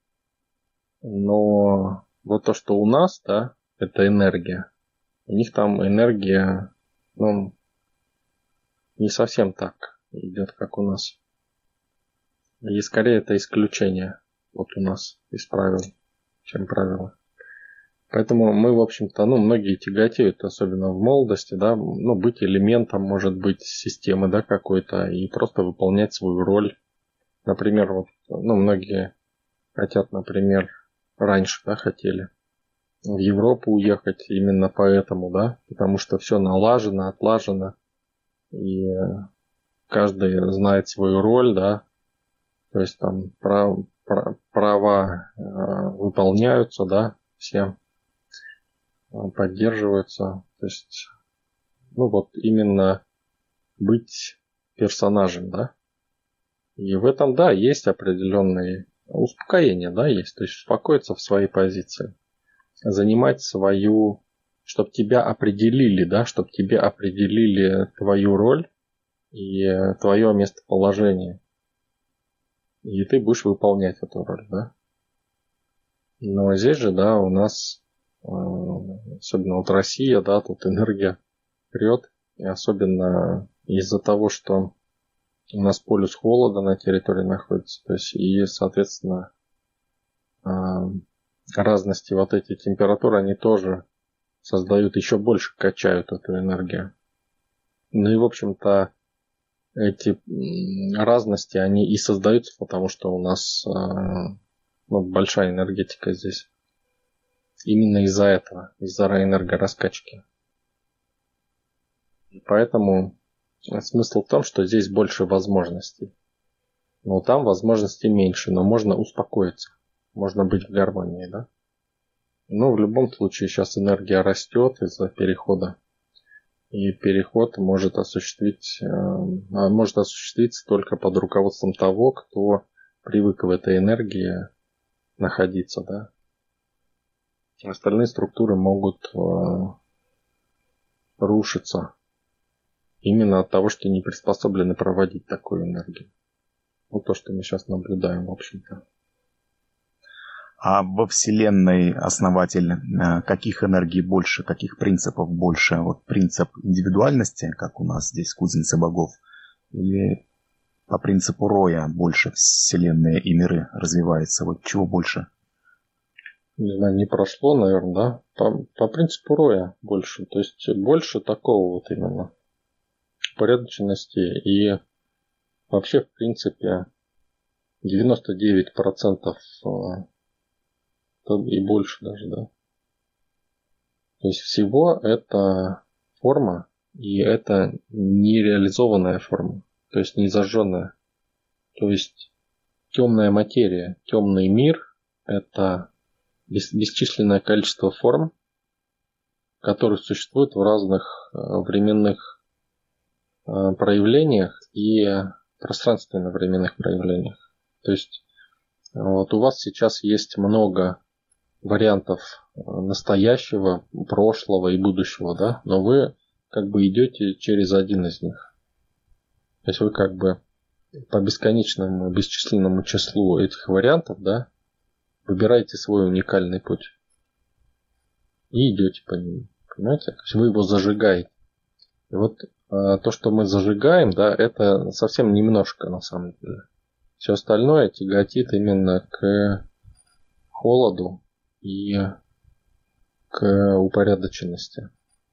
Но вот то, что у нас, да, это энергия. У них там энергия, ну, не совсем так идет, как у нас. И скорее это исключение вот у нас из правил, чем правило. Поэтому мы, в общем-то, ну, многие тяготеют, особенно в молодости, да, ну, быть элементом, может быть, системы, да, какой-то, и просто выполнять свою роль. Например, вот, ну, многие хотят, например, раньше, да, хотели в Европу уехать именно поэтому, да, потому что все налажено, отлажено, и каждый знает свою роль, да, то есть там прав, прав, права э, выполняются, да, все поддерживаются, то есть ну вот именно быть персонажем, да. И в этом, да, есть определенные успокоения, да, есть. То есть успокоиться в своей позиции. Занимать свою, чтобы тебя определили, да, чтобы тебе определили твою роль и твое местоположение. И ты будешь выполнять эту роль, да. Но здесь же, да, у нас, особенно вот Россия, да, тут энергия прет. И особенно из-за того, что у нас полюс холода на территории находится. То есть, и, соответственно, разности вот эти температуры, они тоже создают, еще больше качают эту энергию. Ну и, в общем-то, эти разности, они и создаются, потому что у нас ну, большая энергетика здесь. Именно из-за этого, из-за энергораскачки. И поэтому смысл в том, что здесь больше возможностей. Но там возможностей меньше, но можно успокоиться. Можно быть в гармонии, да? Но в любом случае сейчас энергия растет из-за перехода. И переход может осуществить, может осуществиться только под руководством того, кто привык в этой энергии находиться, да? Остальные структуры могут рушиться именно от того, что не приспособлены проводить такую энергию. Вот то, что мы сейчас наблюдаем, в общем-то. А во Вселенной основатель каких энергий больше, каких принципов больше? Вот принцип индивидуальности, как у нас здесь кузница богов, или по принципу роя больше Вселенная и миры развивается? Вот чего больше? Не знаю, не прошло, наверное, да? По, по принципу роя больше. То есть больше такого вот именно порядочности. И вообще, в принципе, девяносто девять процентов и больше даже, да. То есть всего это форма, и это нереализованная форма, то есть не зажженная. То есть темная материя, темный мир – это бесчисленное количество форм, которые существуют в разных временных проявлениях и пространственно-временных проявлениях. То есть вот у вас сейчас есть много вариантов настоящего, прошлого и будущего, да, но вы как бы идете через один из них. То есть вы как бы по бесконечному, бесчисленному числу этих вариантов, да, выбираете свой уникальный путь и идете по нему, понимаете? То есть вы его зажигаете. И вот а, то, что мы зажигаем, да, это совсем немножко на самом деле. Все остальное тяготит именно к холоду и к упорядоченности.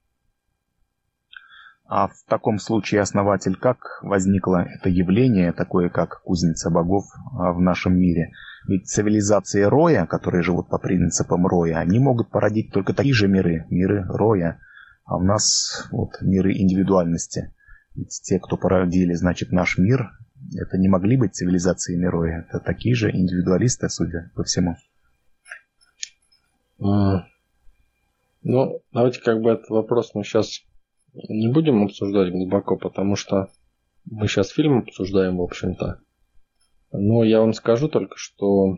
А в таком случае, основатель, как возникло это явление, такое как кузница богов в нашем мире? Ведь цивилизации роя, которые живут по принципам роя, они могут породить только такие же миры, миры роя. А у нас вот миры индивидуальности. Ведь те, кто породили, значит, наш мир, это не могли быть цивилизациями роя. Это такие же индивидуалисты, судя по всему. А, ну, давайте как бы этот вопрос мы сейчас не будем обсуждать глубоко, потому что мы сейчас фильм обсуждаем, в общем-то. Но я вам скажу только, что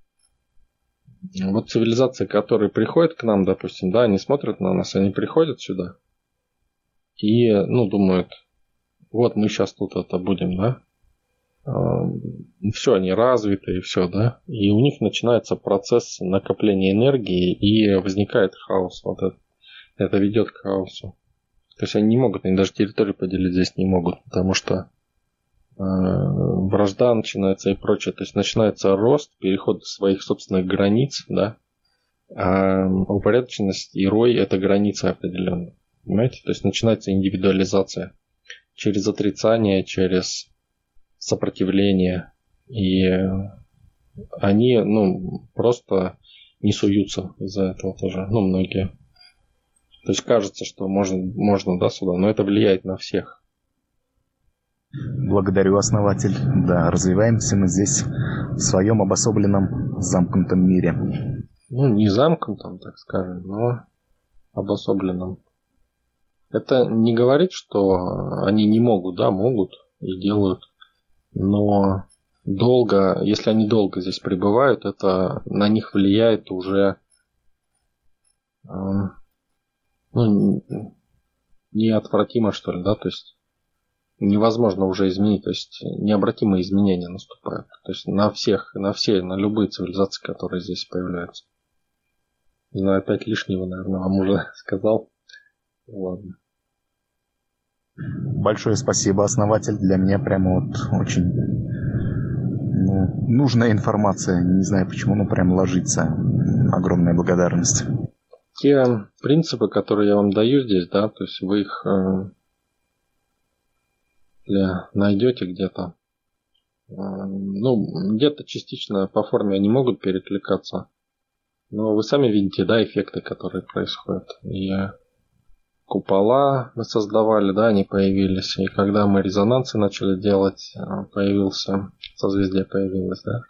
вот цивилизации, которые приходят к нам, допустим, да, они смотрят на нас, они приходят сюда и, ну, думают, вот мы сейчас тут это будем, да, все, они развиты и все, да, и у них начинается процесс накопления энергии и возникает хаос, вот это, это ведет к хаосу. То есть они не могут, они даже территорию поделить здесь не могут, потому что э, вражда начинается и прочее. То есть начинается рост, переход своих собственных границ, да. А упорядоченность и рой – это границы определенные. Понимаете? То есть начинается индивидуализация через отрицание, через сопротивление. И они, ну, просто не суются из-за этого тоже. Ну, многие. То есть кажется, что можно, можно, да, сюда, но это влияет на всех. Благодарю, основатель. Да, развиваемся мы здесь в своем обособленном замкнутом мире. Ну, не замкнутом, так скажем, но обособленном. Это не говорит, что они не могут, да, могут и делают. Но долго, если они долго здесь пребывают, это на них влияет уже э, ну, неотвратимо, что ли, да, то есть невозможно уже изменить, то есть необратимые изменения наступают. То есть на всех, на все, на любые цивилизации, которые здесь появляются. Не знаю, опять лишнего, наверное, вам уже сказал. Ладно. Большое спасибо, основатель. Для меня прямо вот очень ну, нужная информация. Не знаю почему, но прям ложится. Огромная благодарность. Те принципы, которые я вам даю здесь, да, то есть вы их э, найдете где-то. Э, ну, где-то частично по форме они могут перекликаться. Но вы сами видите, да, эффекты, которые происходят. И купола мы создавали, да, они появились. И когда мы резонансы начали делать, появился, созвездие появилось, да.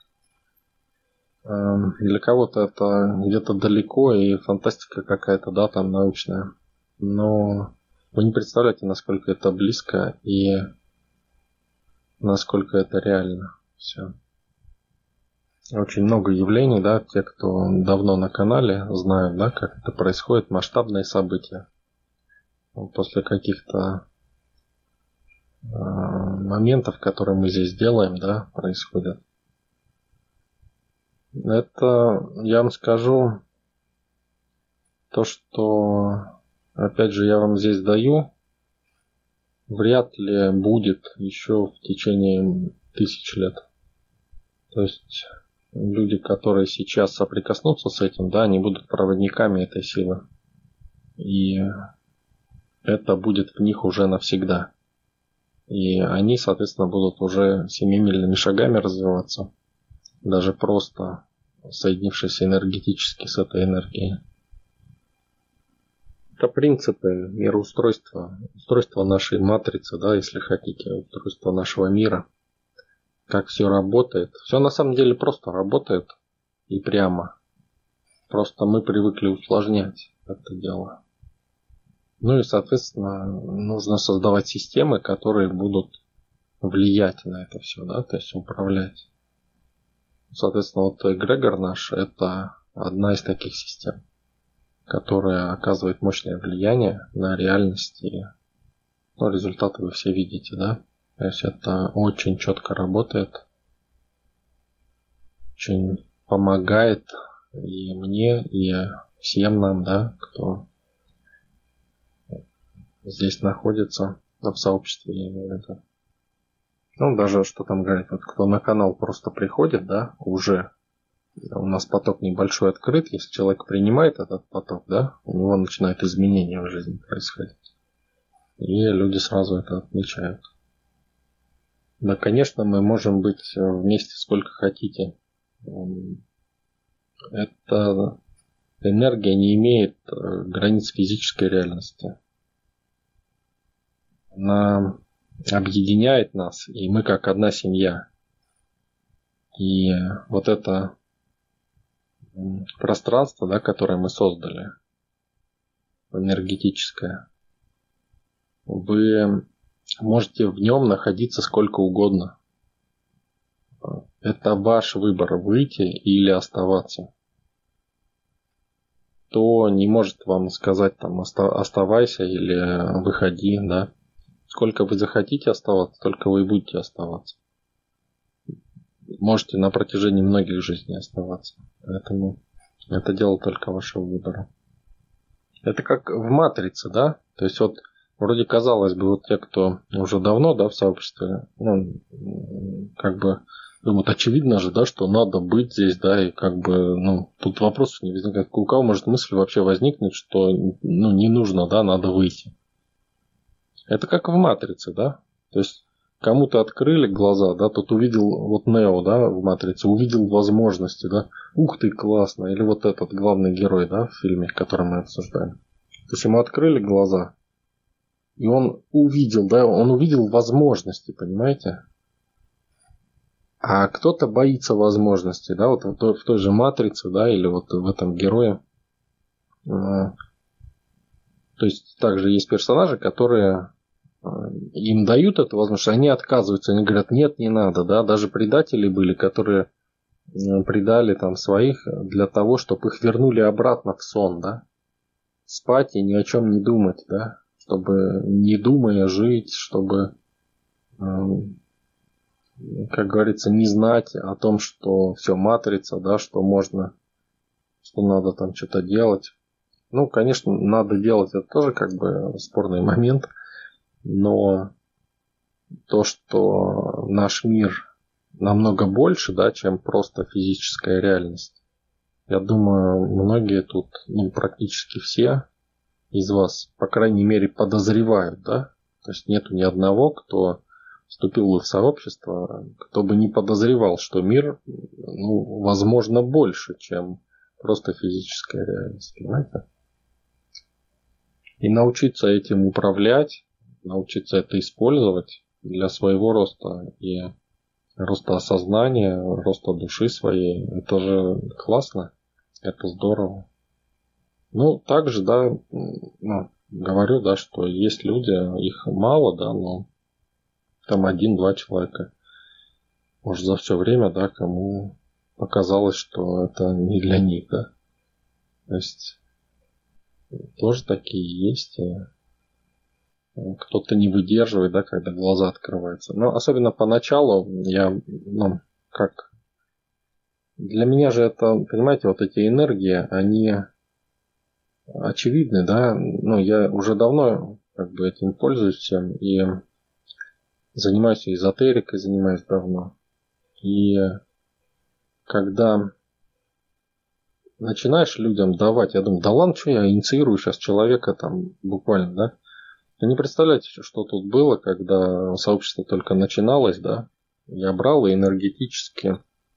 Для кого-то это где-то далеко и фантастика какая-то, да, там научная. Но вы не представляете, насколько это близко и насколько это реально все. Очень много явлений, да, те, кто давно на канале, знают, да, как это происходит, масштабные события. После каких-то э, моментов, которые мы здесь делаем, да, происходят. Это, я вам скажу, то, что, опять же, я вам здесь даю, вряд ли будет еще в течение тысяч лет. То есть люди, которые сейчас соприкоснутся с этим, да, они будут проводниками этой силы. И это будет в них уже навсегда. И они, соответственно, будут уже семимильными шагами развиваться. Даже просто соединившись энергетически с этой энергией. Это принципы мироустройства, устройства нашей матрицы, да, если хотите, устройство нашего мира. Как все работает. Все на самом деле просто работает и прямо. Просто мы привыкли усложнять это дело. Ну и, соответственно, нужно создавать системы, которые будут влиять на это все, да, то есть управлять. Соответственно, вот эгрегор наш – это одна из таких систем, которая оказывает мощное влияние на реальность. И, ну, результаты вы все видите, да? То есть это очень четко работает, очень помогает и мне, и всем нам, да, кто здесь находится, да, в сообществе, я имею в виду. Ну, даже что там говорить, вот кто на канал просто приходит, да, уже у нас поток небольшой открыт, если человек принимает этот поток, да, у него начинают изменения в жизни происходить. И люди сразу это отмечают. Да, конечно, мы можем быть вместе сколько хотите. Эта энергия не имеет границ физической реальности. Она объединяет нас, и мы как одна семья. И вот это пространство, да, которое мы создали, энергетическое, вы можете в нем находиться сколько угодно. Это ваш выбор, выйти или оставаться. Кто не может вам сказать там оставайся или выходи, да. Сколько вы захотите оставаться, столько вы и будете оставаться. Можете на протяжении многих жизней оставаться. Поэтому это дело только вашего выбора. Это как в матрице, да? То есть вот вроде казалось бы, вот те, кто уже давно, да, в сообществе, ну, как бы думают, очевидно же, да, что надо быть здесь, да, и как бы, ну, тут вопросов не возникает. У кого может мысль вообще возникнуть, что, ну, не нужно, да, надо выйти. Это как в матрице, да? То есть кому-то открыли глаза, да, тот увидел, вот Нео, да, в матрице, увидел возможности, да, ух ты, классно, или вот этот главный герой, да, в фильме, который мы обсуждаем. То есть ему открыли глаза, и он увидел, да, он увидел возможности, понимаете? А кто-то боится возможностей, да, вот в той, в той же матрице, да, или вот в этом герое. То есть также есть персонажи, которые им дают эту возможность, они отказываются, они говорят, нет, не надо, да, даже предатели были, которые предали там своих для того, чтобы их вернули обратно в сон, да, спать и ни о чем не думать, да, чтобы не думая жить, чтобы, как говорится, не знать о том, что все матрица, да, что можно, что надо там что-то делать. Ну, конечно, надо делать, это тоже как бы спорный момент. Но то, что наш мир намного больше, да, чем просто физическая реальность, я думаю, многие тут, ну, практически все из вас, по крайней мере, подозревают, да. То есть нету ни одного, кто вступил бы в сообщество, кто бы не подозревал, что мир, ну, возможно, больше, чем просто физическая реальность, понимаете? И научиться этим управлять, научиться это использовать для своего роста и роста осознания, роста души своей, это же классно, это здорово. Ну, также, да, ну, говорю, да, что есть люди, их мало, да, но там один-два человека, может, за все время, да, кому показалось, что это не для них, да. То есть тоже такие есть. И кто-то не выдерживает, да, когда глаза открываются. Но особенно поначалу я, ну, как... Для меня же это, понимаете, вот эти энергии, они очевидны, да. Ну, я уже давно как бы этим пользуюсь всем и занимаюсь эзотерикой, занимаюсь давно. И когда начинаешь людям давать, я думаю, да ладно, что я инициирую сейчас человека там буквально, да. Вы не представляете, что тут было, когда сообщество только начиналось, да. Я брал и энергетически,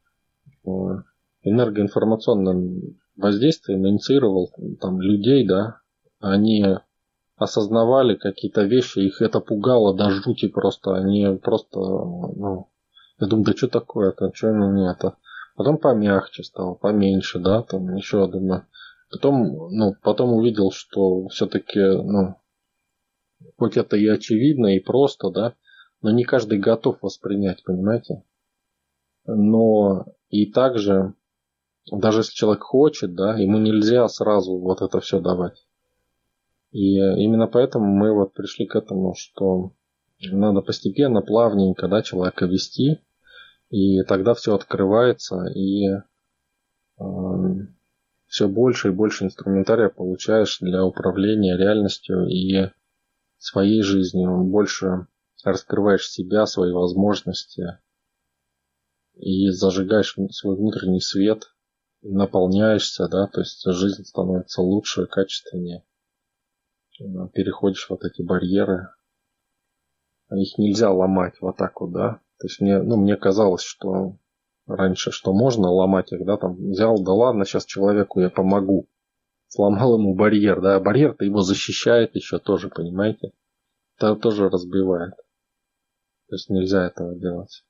энергоинформационным воздействием инициировал там людей, да. Они осознавали какие-то вещи, их это пугало до жути просто. Они просто, ну, я думаю, да что такое-то, что мне это. Потом помягче стало, поменьше, да, там еще, думаю. Потом, ну, потом увидел, что все-таки, ну, хоть это и очевидно, и просто, да, но не каждый готов воспринять, понимаете? Но и также, даже если человек хочет, да, ему нельзя сразу вот это все давать. И именно поэтому мы вот пришли к этому, что надо постепенно, плавненько, да, человека вести, и тогда все открывается, и э, все больше и больше инструментария получаешь для управления реальностью и своей жизнью, больше раскрываешь себя, свои возможности и зажигаешь свой внутренний свет, наполняешься, да, то есть жизнь становится лучше, качественнее, переходишь вот эти барьеры, их нельзя ломать вот так вот, да, то есть мне, ну, мне казалось, что раньше, что можно ломать их, да, там взял, да ладно, сейчас человеку я помогу. Сломал ему барьер, да, барьер-то его защищает еще тоже, понимаете? Это тоже разбивает. То есть нельзя этого делать.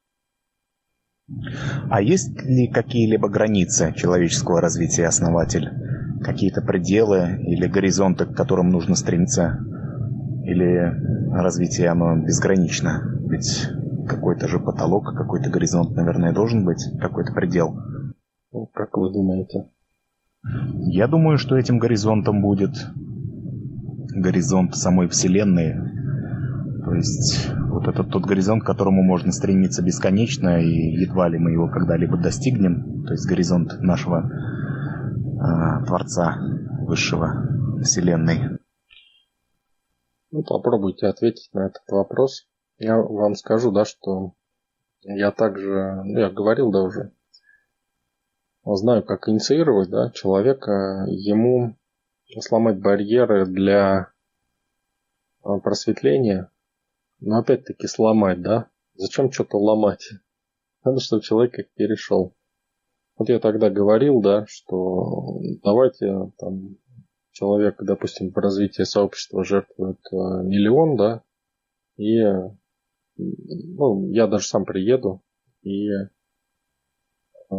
А есть ли какие-либо границы человеческого развития, основатель? Какие-то пределы или горизонты, к которым нужно стремиться? Или развитие оно безгранично? Ведь какой-то же потолок, какой-то горизонт, наверное, должен быть, какой-то предел. Ну, как вы думаете? Я думаю, что этим горизонтом будет горизонт самой Вселенной. То есть вот этот тот горизонт, к которому можно стремиться бесконечно, и едва ли мы его когда-либо достигнем. То есть горизонт нашего э, Творца Высшего Вселенной. Ну, попробуйте ответить на этот вопрос. Я вам скажу, да, что я также, ну, я говорил, да, уже, знаю, как инициировать, да, человека, ему сломать барьеры для просветления, но опять-таки сломать, да, зачем что-то ломать? Надо, чтобы человек как перешел. Вот я тогда говорил, да, что давайте там человек, допустим, по развитию сообщества жертвует миллион, да, и, ну, я даже сам приеду и,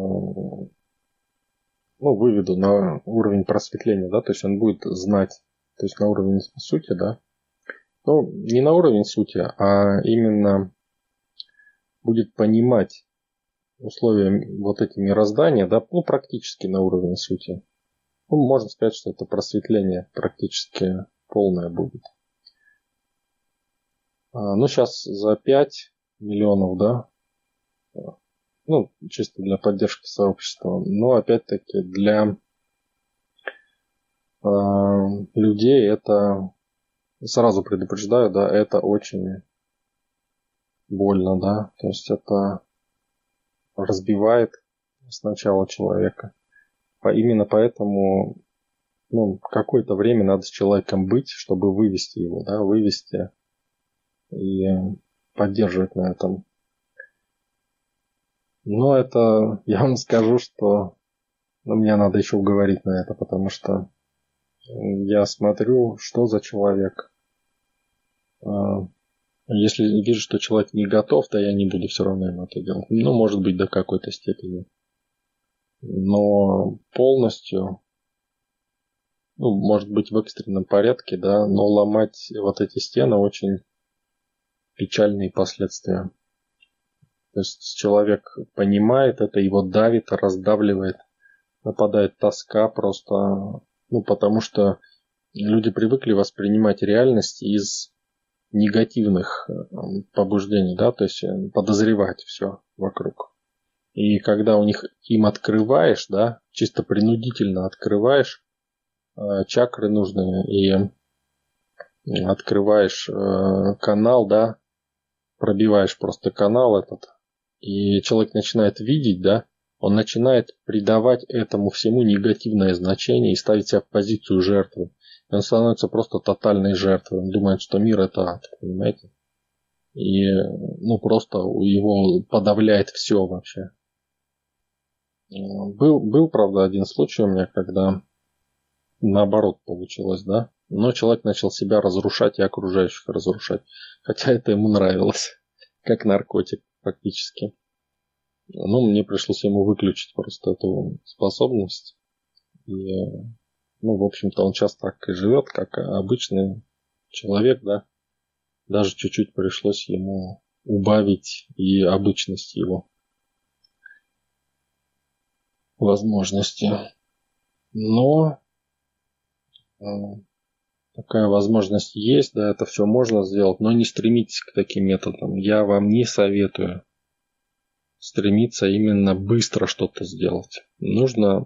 ну, выведу на уровень просветления, да, то есть он будет знать то есть на уровень сути, да. Ну, не на уровень сути, а именно будет понимать условия вот эти мироздания, да, ну, практически на уровне сути. Ну, можно сказать, что это просветление практически полное будет. А, ну, сейчас за пять миллионов, да, ну, чисто для поддержки сообщества, но опять-таки для э, людей это, сразу предупреждаю, да, это очень больно, да, то есть это разбивает сначала человека. Именно поэтому, ну, какое-то время надо с человеком быть, чтобы вывести его, да, вывести и поддерживать на этом. Но это, я вам скажу, что ну, мне надо еще уговорить на это, потому что я смотрю, что за человек. Если вижу, что человек не готов, то я не буду все равно ему это делать. Ну, может быть, до какой-то степени. Но полностью, ну, может быть, в экстренном порядке, да, но ломать вот эти стены очень печальные последствия. То есть человек понимает это, его давит, раздавливает, нападает тоска просто, ну, потому что люди привыкли воспринимать реальность из негативных побуждений, да, то есть подозревать все вокруг. И когда у них им открываешь, да, чисто принудительно открываешь э, чакры нужные и открываешь э, канал, да, пробиваешь просто канал этот, и человек начинает видеть, да, он начинает придавать этому всему негативное значение и ставить себя в позицию жертвы. И он становится просто тотальной жертвой. Он думает, что мир это ад, понимаете? И, ну, просто его подавляет все вообще. Был, был, правда, один случай у меня, когда наоборот получилось, да. Но человек начал себя разрушать и окружающих разрушать. Хотя это ему нравилось. Как наркотик, фактически. Ну, мне пришлось ему выключить просто эту способность. И, ну, в общем-то, он сейчас так и живет, как обычный человек, да. Даже чуть-чуть пришлось ему убавить и обычность его возможности. Но э, такая возможность есть, да, это все можно сделать, но не стремитесь к таким методам. Я вам не советую стремиться именно быстро что-то сделать. Нужно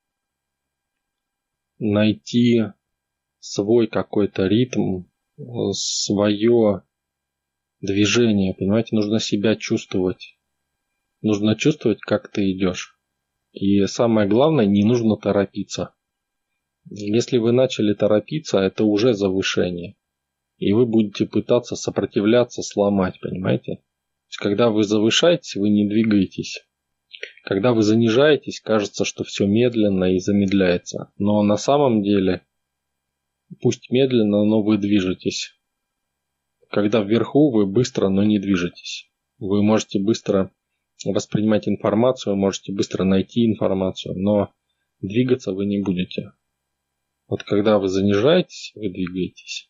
найти свой какой-то ритм, свое движение, понимаете, нужно себя чувствовать. Нужно чувствовать, как ты идешь. И самое главное, не нужно торопиться. Если вы начали торопиться, это уже завышение. И вы будете пытаться сопротивляться, сломать, понимаете? То есть, когда вы завышаетесь, вы не двигаетесь. Когда вы занижаетесь, кажется, что все медленно и замедляется. Но на самом деле, пусть медленно, но вы движетесь. Когда вверху, вы быстро, но не движетесь. Вы можете быстро воспринимать информацию, можете быстро найти информацию, но двигаться вы не будете. Вот когда вы занижаетесь, вы двигаетесь.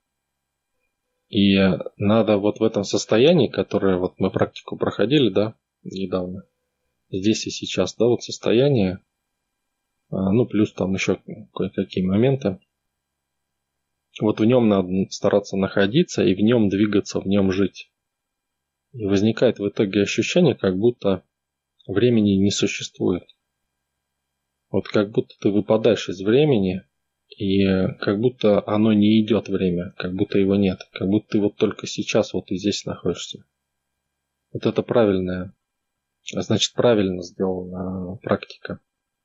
И надо вот в этом состоянии, которое вот мы практику проходили, да, недавно, здесь и сейчас, да, вот состояние, ну, плюс там еще кое-какие моменты, вот в нем надо стараться находиться и в нем двигаться, в нем жить. И возникает в итоге ощущение, как будто времени не существует. Вот как будто ты выпадаешь из времени, и как будто оно не идет время, как будто его нет, как будто ты вот только сейчас вот и здесь находишься. Вот это правильная, значит, правильно сделана практика.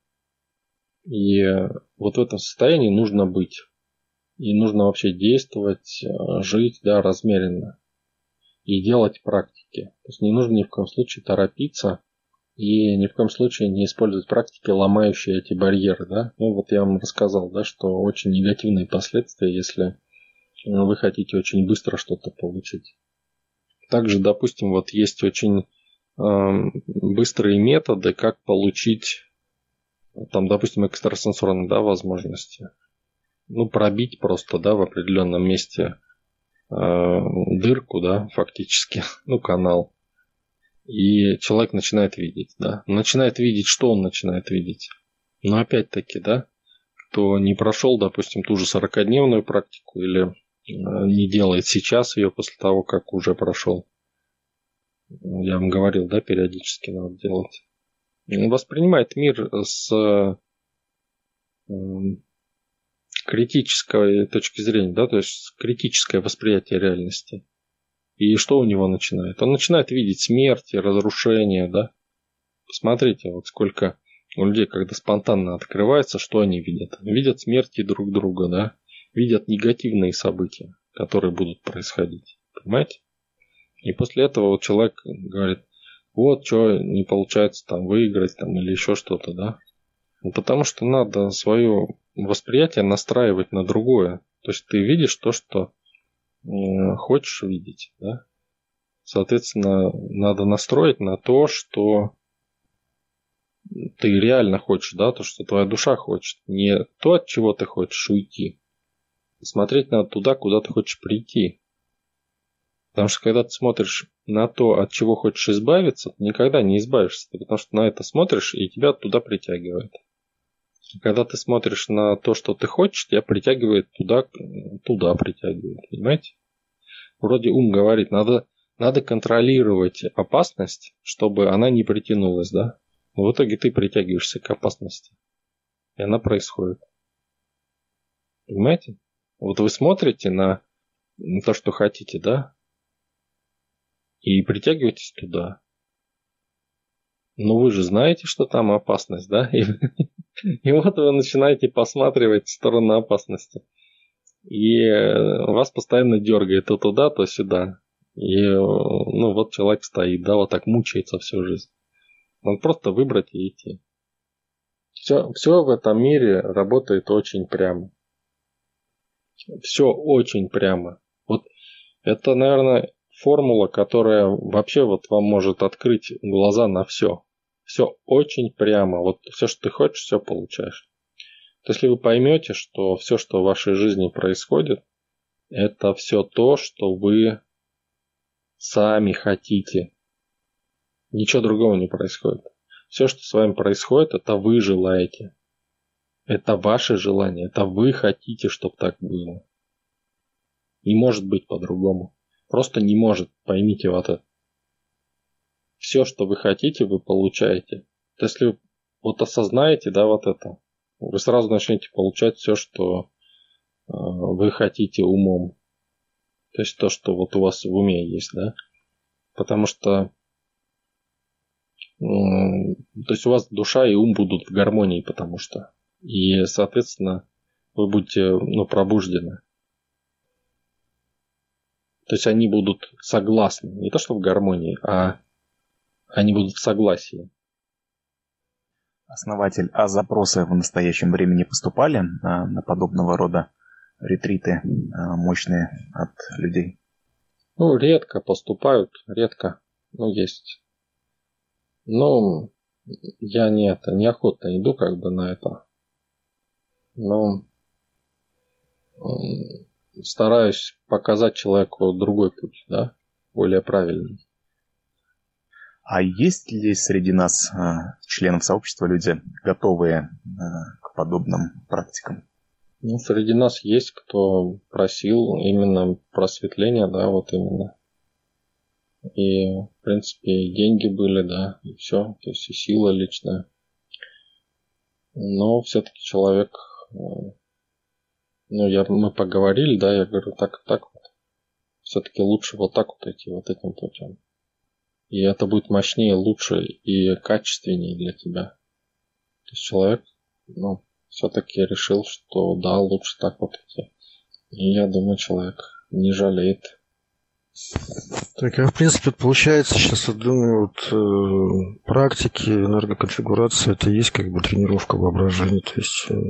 И вот в этом состоянии нужно быть. И нужно вообще действовать, жить, да, размеренно. И делать практики. То есть не нужно ни в коем случае торопиться и ни в коем случае не использовать практики, ломающие эти барьеры, да. Ну вот я вам рассказал, да, что очень негативные последствия, если вы хотите очень быстро что-то получить. Также, допустим, вот есть очень э, быстрые методы, как получить, там, допустим, экстрасенсорные, да, возможности. ну, пробить просто, да, в определенном месте э, дырку, да, фактически, ну, канал. И человек начинает видеть, да. Начинает видеть, что он начинает видеть. Но опять-таки, да, кто не прошел, допустим, ту же сорокадневную практику или не делает сейчас ее после того, как уже прошел. Я вам говорил, да, периодически надо делать. Он воспринимает мир с э, критической точки зрения, да, то есть критическое восприятие реальности. И что у него начинает? Он начинает видеть смерть, разрушение, да. Посмотрите, вот сколько у людей, когда спонтанно открывается, что они видят? Видят смерти друг друга, да. Видят негативные события, которые будут происходить. Понимаете? И после этого вот человек говорит, вот что не получается там выиграть там, или еще что-то, да. Ну, потому что надо свое восприятие настраивать на другое. То есть ты видишь то, что э, хочешь видеть, да. Соответственно, надо настроить на то, что ты реально хочешь, да, то, что твоя душа хочет. Не то, от чего ты хочешь уйти. Смотреть надо туда, куда ты хочешь прийти. Потому что когда ты смотришь на то, от чего хочешь избавиться, ты никогда не избавишься. Потому что на это смотришь, и тебя туда притягивает. Когда ты смотришь на то, что ты хочешь, тебя притягивает туда, туда притягивает. Понимаете? Вроде ум говорит, надо, надо контролировать опасность, чтобы она не притянулась, да? Но в итоге ты притягиваешься к опасности. И она происходит. Понимаете? Вот вы смотрите на то, что хотите, да? И притягиваетесь туда. Но вы же знаете, что там опасность, да? И, и вот вы начинаете посматривать в сторону опасности. И вас постоянно дергает то туда, то сюда. И ну вот человек стоит, да, вот так мучается всю жизнь. Он просто выбрать и идти. Все, все в этом мире работает очень прямо. Все очень прямо. Вот это, наверное, формула, которая вообще вот вам может открыть глаза на все. Все очень прямо. Вот все, что ты хочешь, все получаешь. То есть, если вы поймете, что все, что в вашей жизни происходит, это все то, что вы сами хотите. Ничего другого не происходит. Все, что с вами происходит, это вы желаете. Это ваше желание. Это вы хотите, чтобы так было. Не может быть по-другому. Просто не может. Поймите вот это. Все, что вы хотите, вы получаете. То есть, если вы вот осознаете, да, вот это, вы сразу начнете получать все, что э, вы хотите умом. То есть, то, что вот у вас в уме есть, да. Потому что э, то есть, у вас душа и ум будут в гармонии, потому что. И, соответственно, вы будете, ну, пробуждены. То есть они будут согласны. Не то, что в гармонии, а они будут в согласии. Основатель, а запросы в настоящем времени поступали на, на подобного рода ретриты мощные от людей? Ну, редко поступают, редко. Ну, есть. Но я не это, неохотно иду как бы на это. Но стараюсь показать человеку другой путь, да, более правильный. А есть ли среди нас, членов сообщества, люди, готовые к подобным практикам? Ну, среди нас есть, кто просил именно просветления, да, вот именно. И, в принципе, и деньги были, да, и все, то есть и сила личная. Но все-таки человек, ну, я, мы поговорили, да, я говорю, так, так вот. Все-таки лучше вот так вот идти, вот этим путем. И это будет мощнее, лучше и качественнее для тебя. То есть человек, ну, все-таки решил, что да, лучше так вот идти. И я думаю, человек не жалеет. Так, а в принципе, получается, сейчас я думаю, вот э, практики энергоконфигурации, это и есть как бы тренировка воображения, то есть э,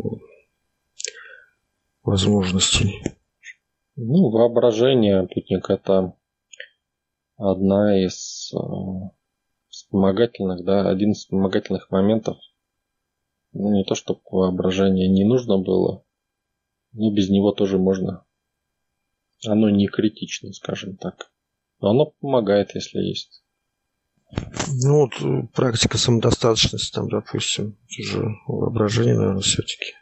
возможностей. Ну, воображение, путник, это одна из э, вспомогательных, да, один из вспомогательных моментов. Ну, не то, чтобы воображение не нужно было, но без него тоже можно. Оно не критично, скажем так. Но оно помогает, если есть. Ну, вот э, практика самодостаточности, там, допустим, это же воображение, наверное, все-таки.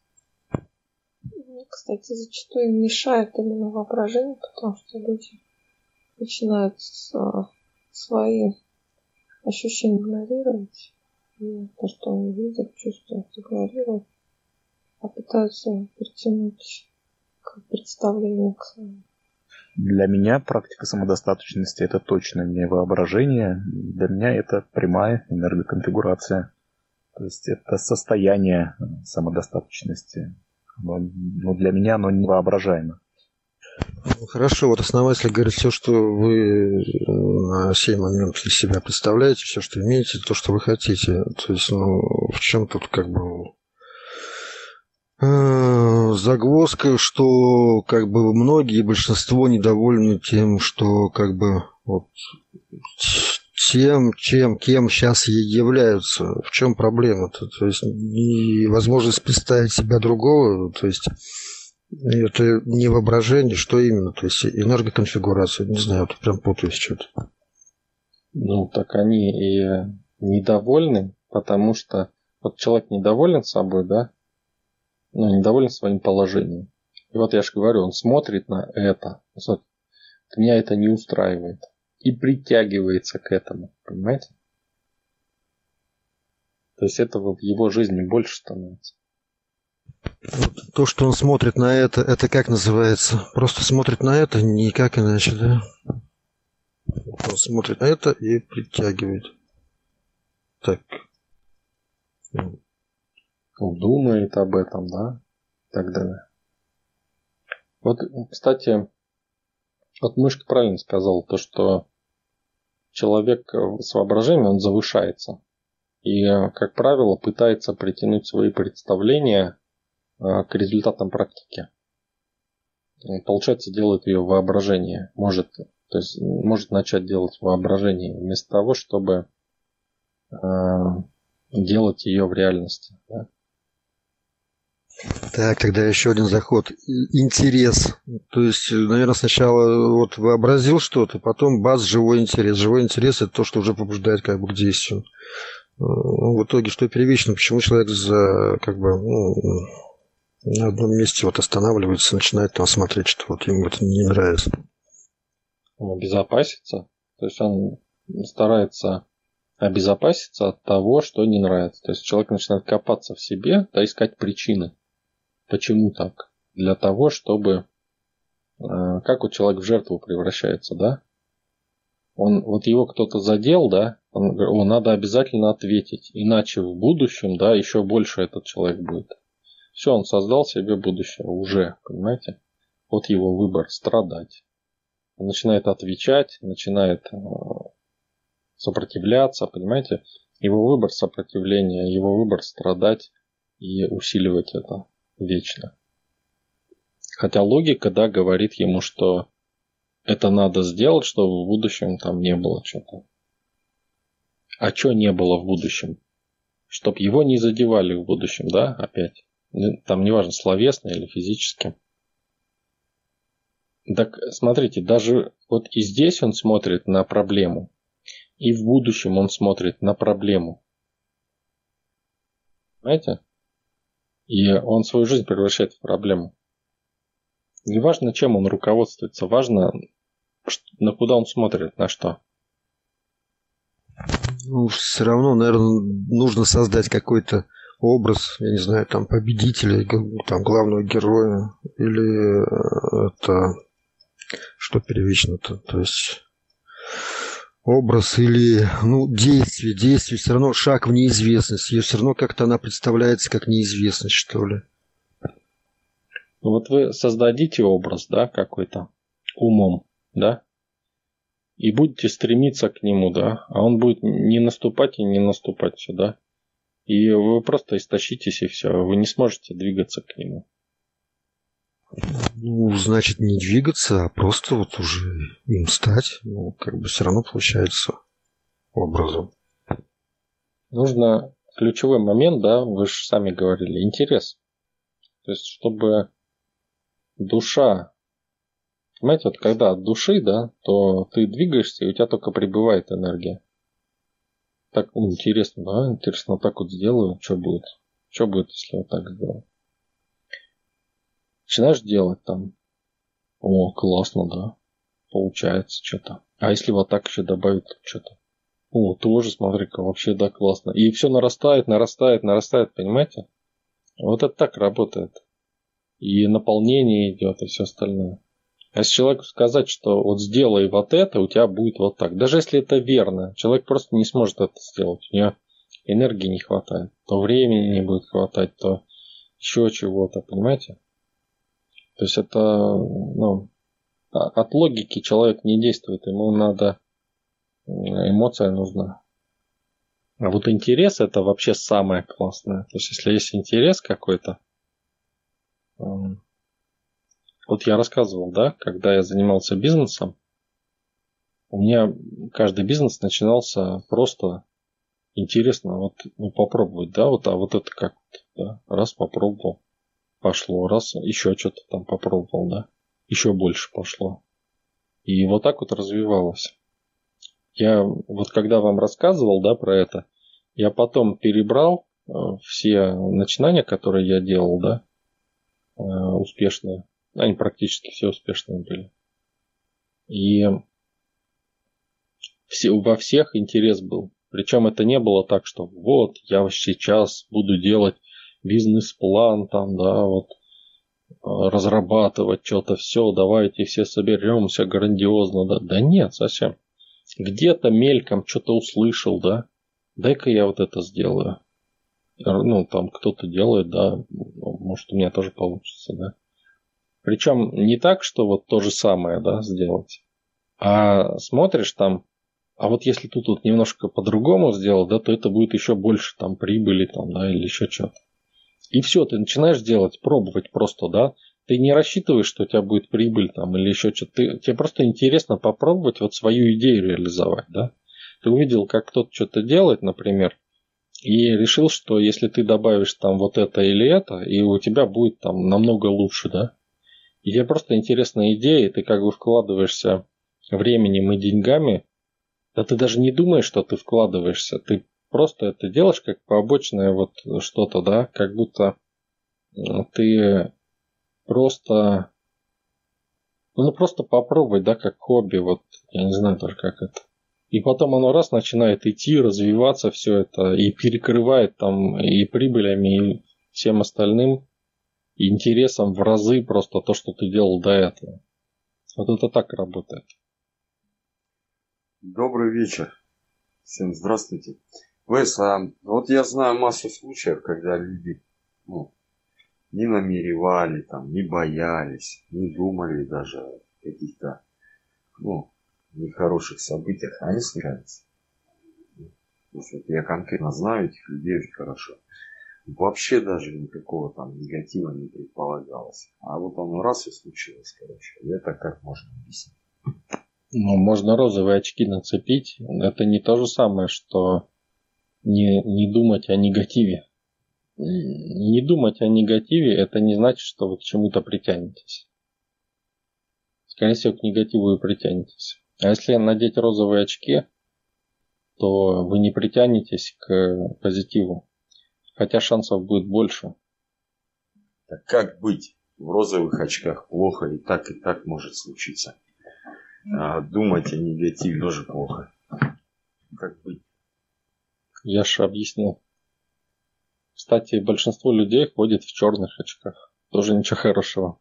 Ну, кстати, зачастую им мешает именно воображение, потому что люди начинают с, а, свои ощущения игнорировать. И то, что они видят, чувствуют, игнорируют, а пытаются притянуть к представлению к своему. Для меня практика самодостаточности – это точно не воображение. Для меня это прямая энергоконфигурация. То есть это состояние самодостаточности. Но, но для меня оно не воображаемо. Ну, хорошо, вот основатель говорит, все, что вы на сей момент из себя представляете, все, что имеете, то, что вы хотите. То есть, ну, в чем тут как бы загвоздка, что как бы многие, большинство недовольны тем, что как бы вот тем, чем, кем сейчас являются. В чем проблема-то? То есть невозможность представить себя другого, то есть это не воображение, что именно? То есть энергоконфигурация, не знаю, вот прям путаюсь что-то. Ну, так они и недовольны, потому что вот человек недоволен собой, да, ну, недоволен своим положением. И вот я же говорю, он смотрит на это. Меня это не устраивает. И притягивается к этому. Понимаете? То есть этого в его жизни больше становится. То, что он смотрит на это, это как называется? Просто смотрит на это, никак иначе, да? Он смотрит на это и притягивает. Так. Он думает об этом, да, и так далее. Вот, кстати, вот Мышка правильно сказал, то, что человек с воображением, он завышается. И, как правило, пытается притянуть свои представления к результатам практики. Получается, делает ее воображение. Может, то есть, может начать делать воображение вместо того, чтобы э, делать ее в реальности. Да? Так, тогда еще один заход. Интерес. То есть, наверное, сначала вот вообразил что-то, потом бац, живой интерес. Живой интерес – это то, что уже побуждает как бы к действию. Ну, в итоге, что первично, почему человек за, как бы, ну, на одном месте вот останавливается, начинает там смотреть, что вот ему это не нравится. Он обезопасится. То есть он старается обезопаситься от того, что не нравится. То есть человек начинает копаться в себе, да, искать причины. Почему так? Для того, чтобы... Э, как вот человек в жертву превращается, да? Он, вот его кто-то задел, да? Он говорит, о, надо обязательно ответить. Иначе в будущем, да, еще больше этот человек будет. Все, он создал себе будущее уже, понимаете? Вот его выбор – страдать. Он начинает отвечать, начинает э, сопротивляться, понимаете? Его выбор сопротивления, его выбор страдать и усиливать это вечно. Хотя логика, да, говорит ему, что это надо сделать, чтобы в будущем там не было что-то. А что не было в будущем? Чтоб его не задевали в будущем, да, опять. Там неважно, словесно или физически. Так, смотрите, даже вот и здесь он смотрит на проблему, и в будущем он смотрит на проблему. Понимаете? И он свою жизнь превращает в проблему. Не важно, чем он руководствуется, важно, на куда он смотрит, на что. Ну, все равно, наверное, нужно создать какой-то образ, я не знаю, там, победителя, там, главного героя, или это, что первично-то, то есть образ или, ну, действие, действие, все равно шаг в неизвестность, ее все равно как-то она представляется как неизвестность, что ли. Вот вы создадите образ, да, какой-то умом, да, и будете стремиться к нему, да, а он будет не наступать и не наступать сюда. И вы просто истощитесь, и все, вы не сможете двигаться к нему. Ну, значит, не двигаться, а просто вот уже им стать, ну, как бы все равно получается образом. Нужно ключевой момент, да, вы же сами говорили, интерес. То есть, чтобы душа, понимаете, вот когда от души, да, то ты двигаешься, и у тебя только прибывает энергия. Так, ну, интересно, да, интересно, вот так вот сделаю, что будет? Что будет, если вот так сделаю? Начинаешь делать там, о, классно, да, получается что-то. А если вот так еще добавить что-то? О, тоже, смотри-ка, вообще, да, классно. И все нарастает, нарастает, нарастает, понимаете? Вот это так работает. И наполнение идет, и все остальное. А если человеку сказать, что вот сделай вот это, у тебя будет вот так. Даже если это верно, человек просто не сможет это сделать. У него энергии не хватает. То времени не будет хватать, то еще чего-то, понимаете? То есть это, ну, от логики человек не действует. Ему надо, эмоция нужна. А вот интерес это вообще самое классное. То есть если есть интерес какой-то, вот я рассказывал, да, когда я занимался бизнесом, у меня каждый бизнес начинался просто интересно, вот ну, попробовать, да, вот, а вот это как, да, раз попробовал, пошло, раз еще что-то там попробовал, да, еще больше пошло. И вот так вот развивалось. Я вот когда вам рассказывал, да, про это, я потом перебрал э, все начинания, которые я делал, да, э, успешные. Они практически все успешные были. И все, во всех интерес был. Причем это не было так, что вот я сейчас буду делать бизнес-план, там, да, вот разрабатывать что-то, все, давайте все соберемся грандиозно, да. Да нет, совсем. Где-то мельком что-то услышал, да. Дай-ка я вот это сделаю. Ну, там кто-то делает, да, может у меня тоже получится, да. Причем не так, что вот то же самое, да, сделать, а смотришь там, а вот если тут вот немножко по-другому сделать, да, то это будет еще больше там прибыли, там, да, или еще что-то. И все, ты начинаешь делать, пробовать просто, да. Ты не рассчитываешь, что у тебя будет прибыль там или еще что-то. Ты, тебе просто интересно попробовать вот свою идею реализовать, да. Ты увидел, как кто-то что-то делает, например, и решил, что если ты добавишь там вот это или это, и у тебя будет там намного лучше, да. И тебе просто интересная идея, и ты как бы вкладываешься временем и деньгами, да ты даже не думаешь, что ты вкладываешься, ты просто это делаешь как побочное вот что-то, да, как будто ты просто, ну просто попробовать, да, как хобби, вот, я не знаю даже как это. И потом оно раз начинает идти, развиваться все это, и перекрывает там и прибылями, и всем остальным, и интересом в разы просто то, что ты делал до этого. Вот это так работает. Добрый вечер. Всем здравствуйте. Вес, а вот я знаю массу случаев, когда люди ну, не намеревали, там, не боялись, не думали даже о каких-то ну, нехороших событиях, они случаются. То есть, вот я конкретно знаю этих людей очень хорошо. Вообще даже никакого там негатива не предполагалось. А вот оно раз и случилось, короче. И это как можно объяснить? Ну, можно розовые очки нацепить. Это не то же самое, что не, не думать о негативе. Не думать о негативе, это не значит, что вы к чему-то притянетесь. Скорее всего, к негативу и притянетесь. А если надеть розовые очки, то вы не притянетесь к позитиву. Хотя шансов будет больше. Так как быть? В розовых очках плохо, и так, и так может случиться. А думать о негативе тоже плохо. Как быть? Я же объяснил. Кстати, большинство людей ходит в черных очках. Тоже ничего хорошего.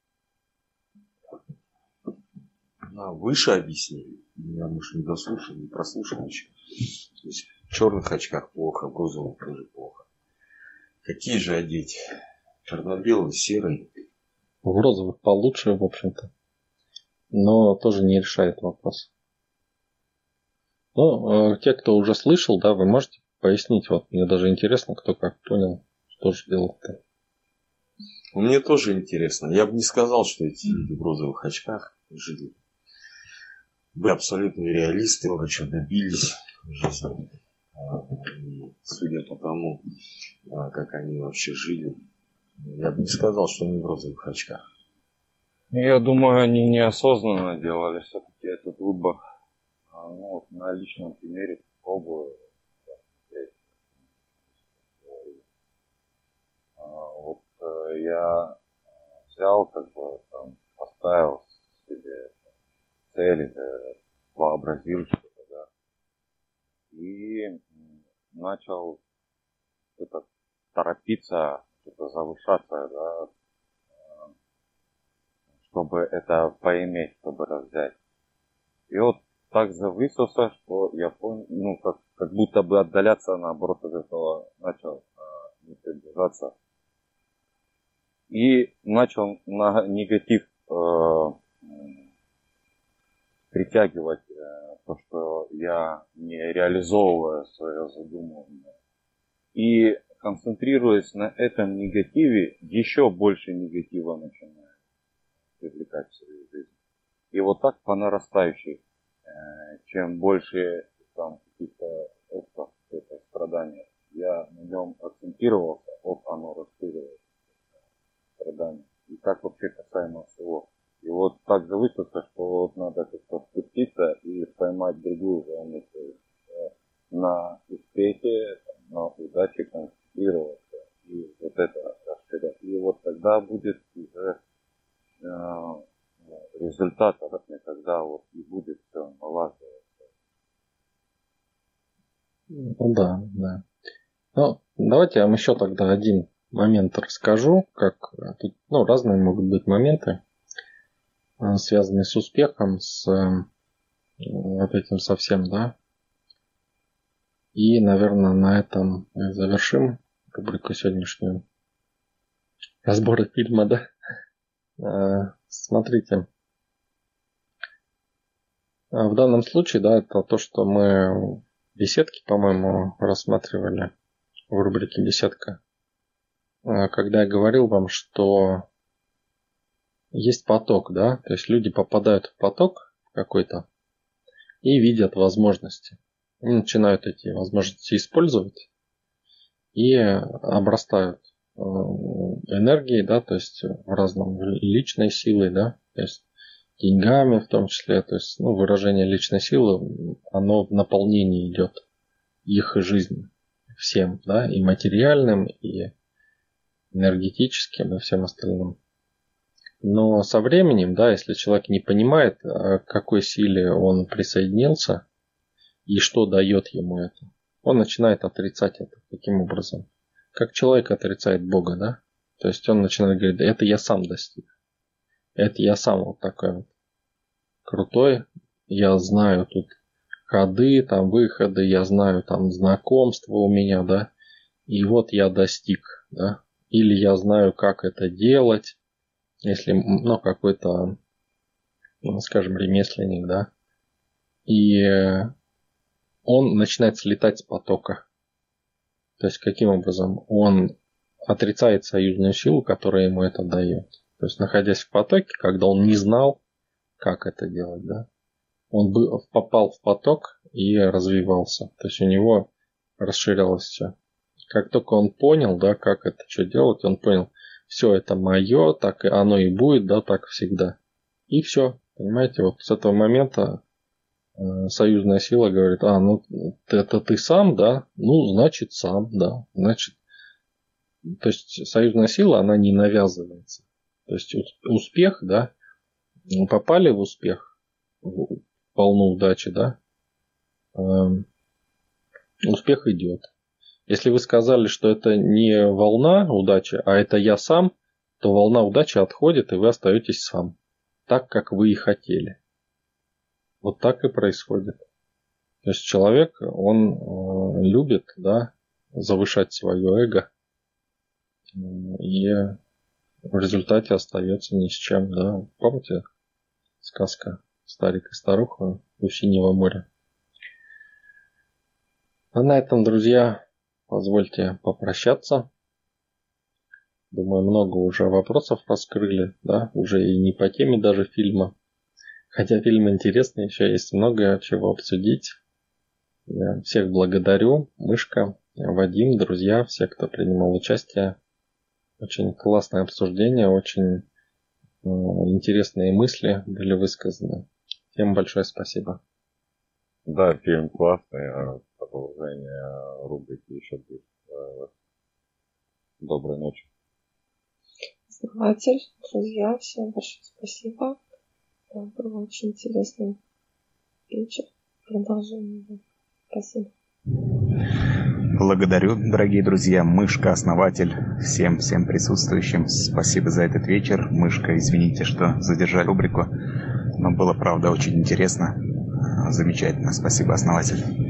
А, выше объяснили. Я, может, не дослушал, не прослушал еще. То есть в черных очках плохо, в розовых тоже плохо. Какие же одеть? Черно-белый, серый? В розовых получше, в общем-то. Но тоже не решает вопрос. Ну, те, кто уже слышал, да, вы можете пояснить? Вот мне даже интересно, кто как понял, что же делать-то. Мне тоже интересно. Я бы не сказал, что эти люди в розовых очках жили. Вы абсолютно реалисты, много чего добились в жизни. И судя по тому, как они вообще жили, я бы не сказал, что они в розовых очках. Я думаю, они неосознанно делали все-таки этот выбор. А, ну, вот на личном примере пробую. А, вот э, я взял, как бы, там, поставил себе цели, да, вообразил что-то, да, и начал это, торопиться, что-то завышаться, да, чтобы это поиметь, чтобы это взять. И вот так завысился, что я понял, ну, как, как будто бы отдаляться, наоборот, от этого начал а, не приближаться. И начал на негатив э, притягивать э, то, что я не реализовываю свое задумывание. И концентрируясь на этом негативе, еще больше негатива начинаю привлекать в свою жизнь. И вот так по нарастающей. Э, чем больше там каких-то опытов, страданий я на нем акцентировался, вот оно расширилось. Страдания. И так вообще касаемо всего. И вот так завысился, что вот надо как-то спуститься и поймать другую волну. То есть, э, на успехе, на удаче концентрироваться. И вот это расширять. И вот тогда будет уже э, результат, когда вот и будет все налаживаться. Ну да, да. Ну, давайте я вам еще тогда один момент расскажу, как тут, ну, разные могут быть моменты, связанные с успехом, с вот этим совсем, да. И, наверное, на этом завершим рубрику сегодняшнюю разбора фильма, да. Смотрите. В данном случае, да, это то, что мы в беседке, по-моему, рассматривали в рубрике «Беседка». Когда я говорил вам, что есть поток, да, то есть люди попадают в поток какой-то и видят возможности. И начинают эти возможности использовать и обрастают энергией, да, то есть в разном личной силой, да, то есть деньгами в том числе, то есть, ну, выражение личной силы, оно в наполнении идет их жизни всем, да, и материальным, и энергетическим и всем остальным. Но со временем, да, если человек не понимает, к какой силе он присоединился и что дает ему это, он начинает отрицать это. Каким образом? Как человек отрицает Бога, да? То есть он начинает говорить, это я сам достиг. Это я сам вот такой вот крутой. Я знаю тут ходы, там выходы, я знаю там знакомства у меня, да. И вот я достиг, да. Или я знаю, как это делать, если, ну, какой-то, ну, скажем, ремесленник, да. И он начинает слетать с потока. То есть, каким образом? Он отрицает союзную силу, которая ему это дает. То есть, находясь в потоке, когда он не знал, как это делать, да, он бы попал в поток и развивался. То есть, у него расширялось все. Как только он понял, да, как это, что делать, он понял, все это мое, так и оно и будет, да, так всегда. И все, понимаете, вот с этого момента э, союзная сила говорит, а, ну, это ты сам, да, ну, значит, сам, да, значит. То есть, союзная сила, она не навязывается. То есть, успех, да, попали в успех, в полну удачи, да, э, успех идет. Если вы сказали, что это не волна удачи, а это я сам, то волна удачи отходит, и вы остаетесь сам. Так, как вы и хотели. Вот так и происходит. То есть человек, он э, любит, да, завышать свое эго. И в результате остается ни с чем, да. Помните сказка «Старик и старуха у синего моря»? А на этом, друзья, позвольте попрощаться. Думаю, много уже вопросов раскрыли, да, уже и не по теме даже фильма. Хотя фильм интересный, еще есть много чего обсудить. Я всех благодарю. Мышка, Вадим, друзья, все, кто принимал участие. Очень классное обсуждение, очень интересные мысли были высказаны. Всем большое спасибо. Да, фильм классный. Продолжение рубрики еще будет. Доброй ночи. Основатель, друзья, всем большое спасибо. Был очень интересный вечер. Продолжение. Спасибо. Благодарю, дорогие друзья. Мышка, основатель. Всем, всем присутствующим спасибо за этот вечер. Мышка, извините, что задержали рубрику, но было, правда, очень интересно. Замечательно. Спасибо, основатель.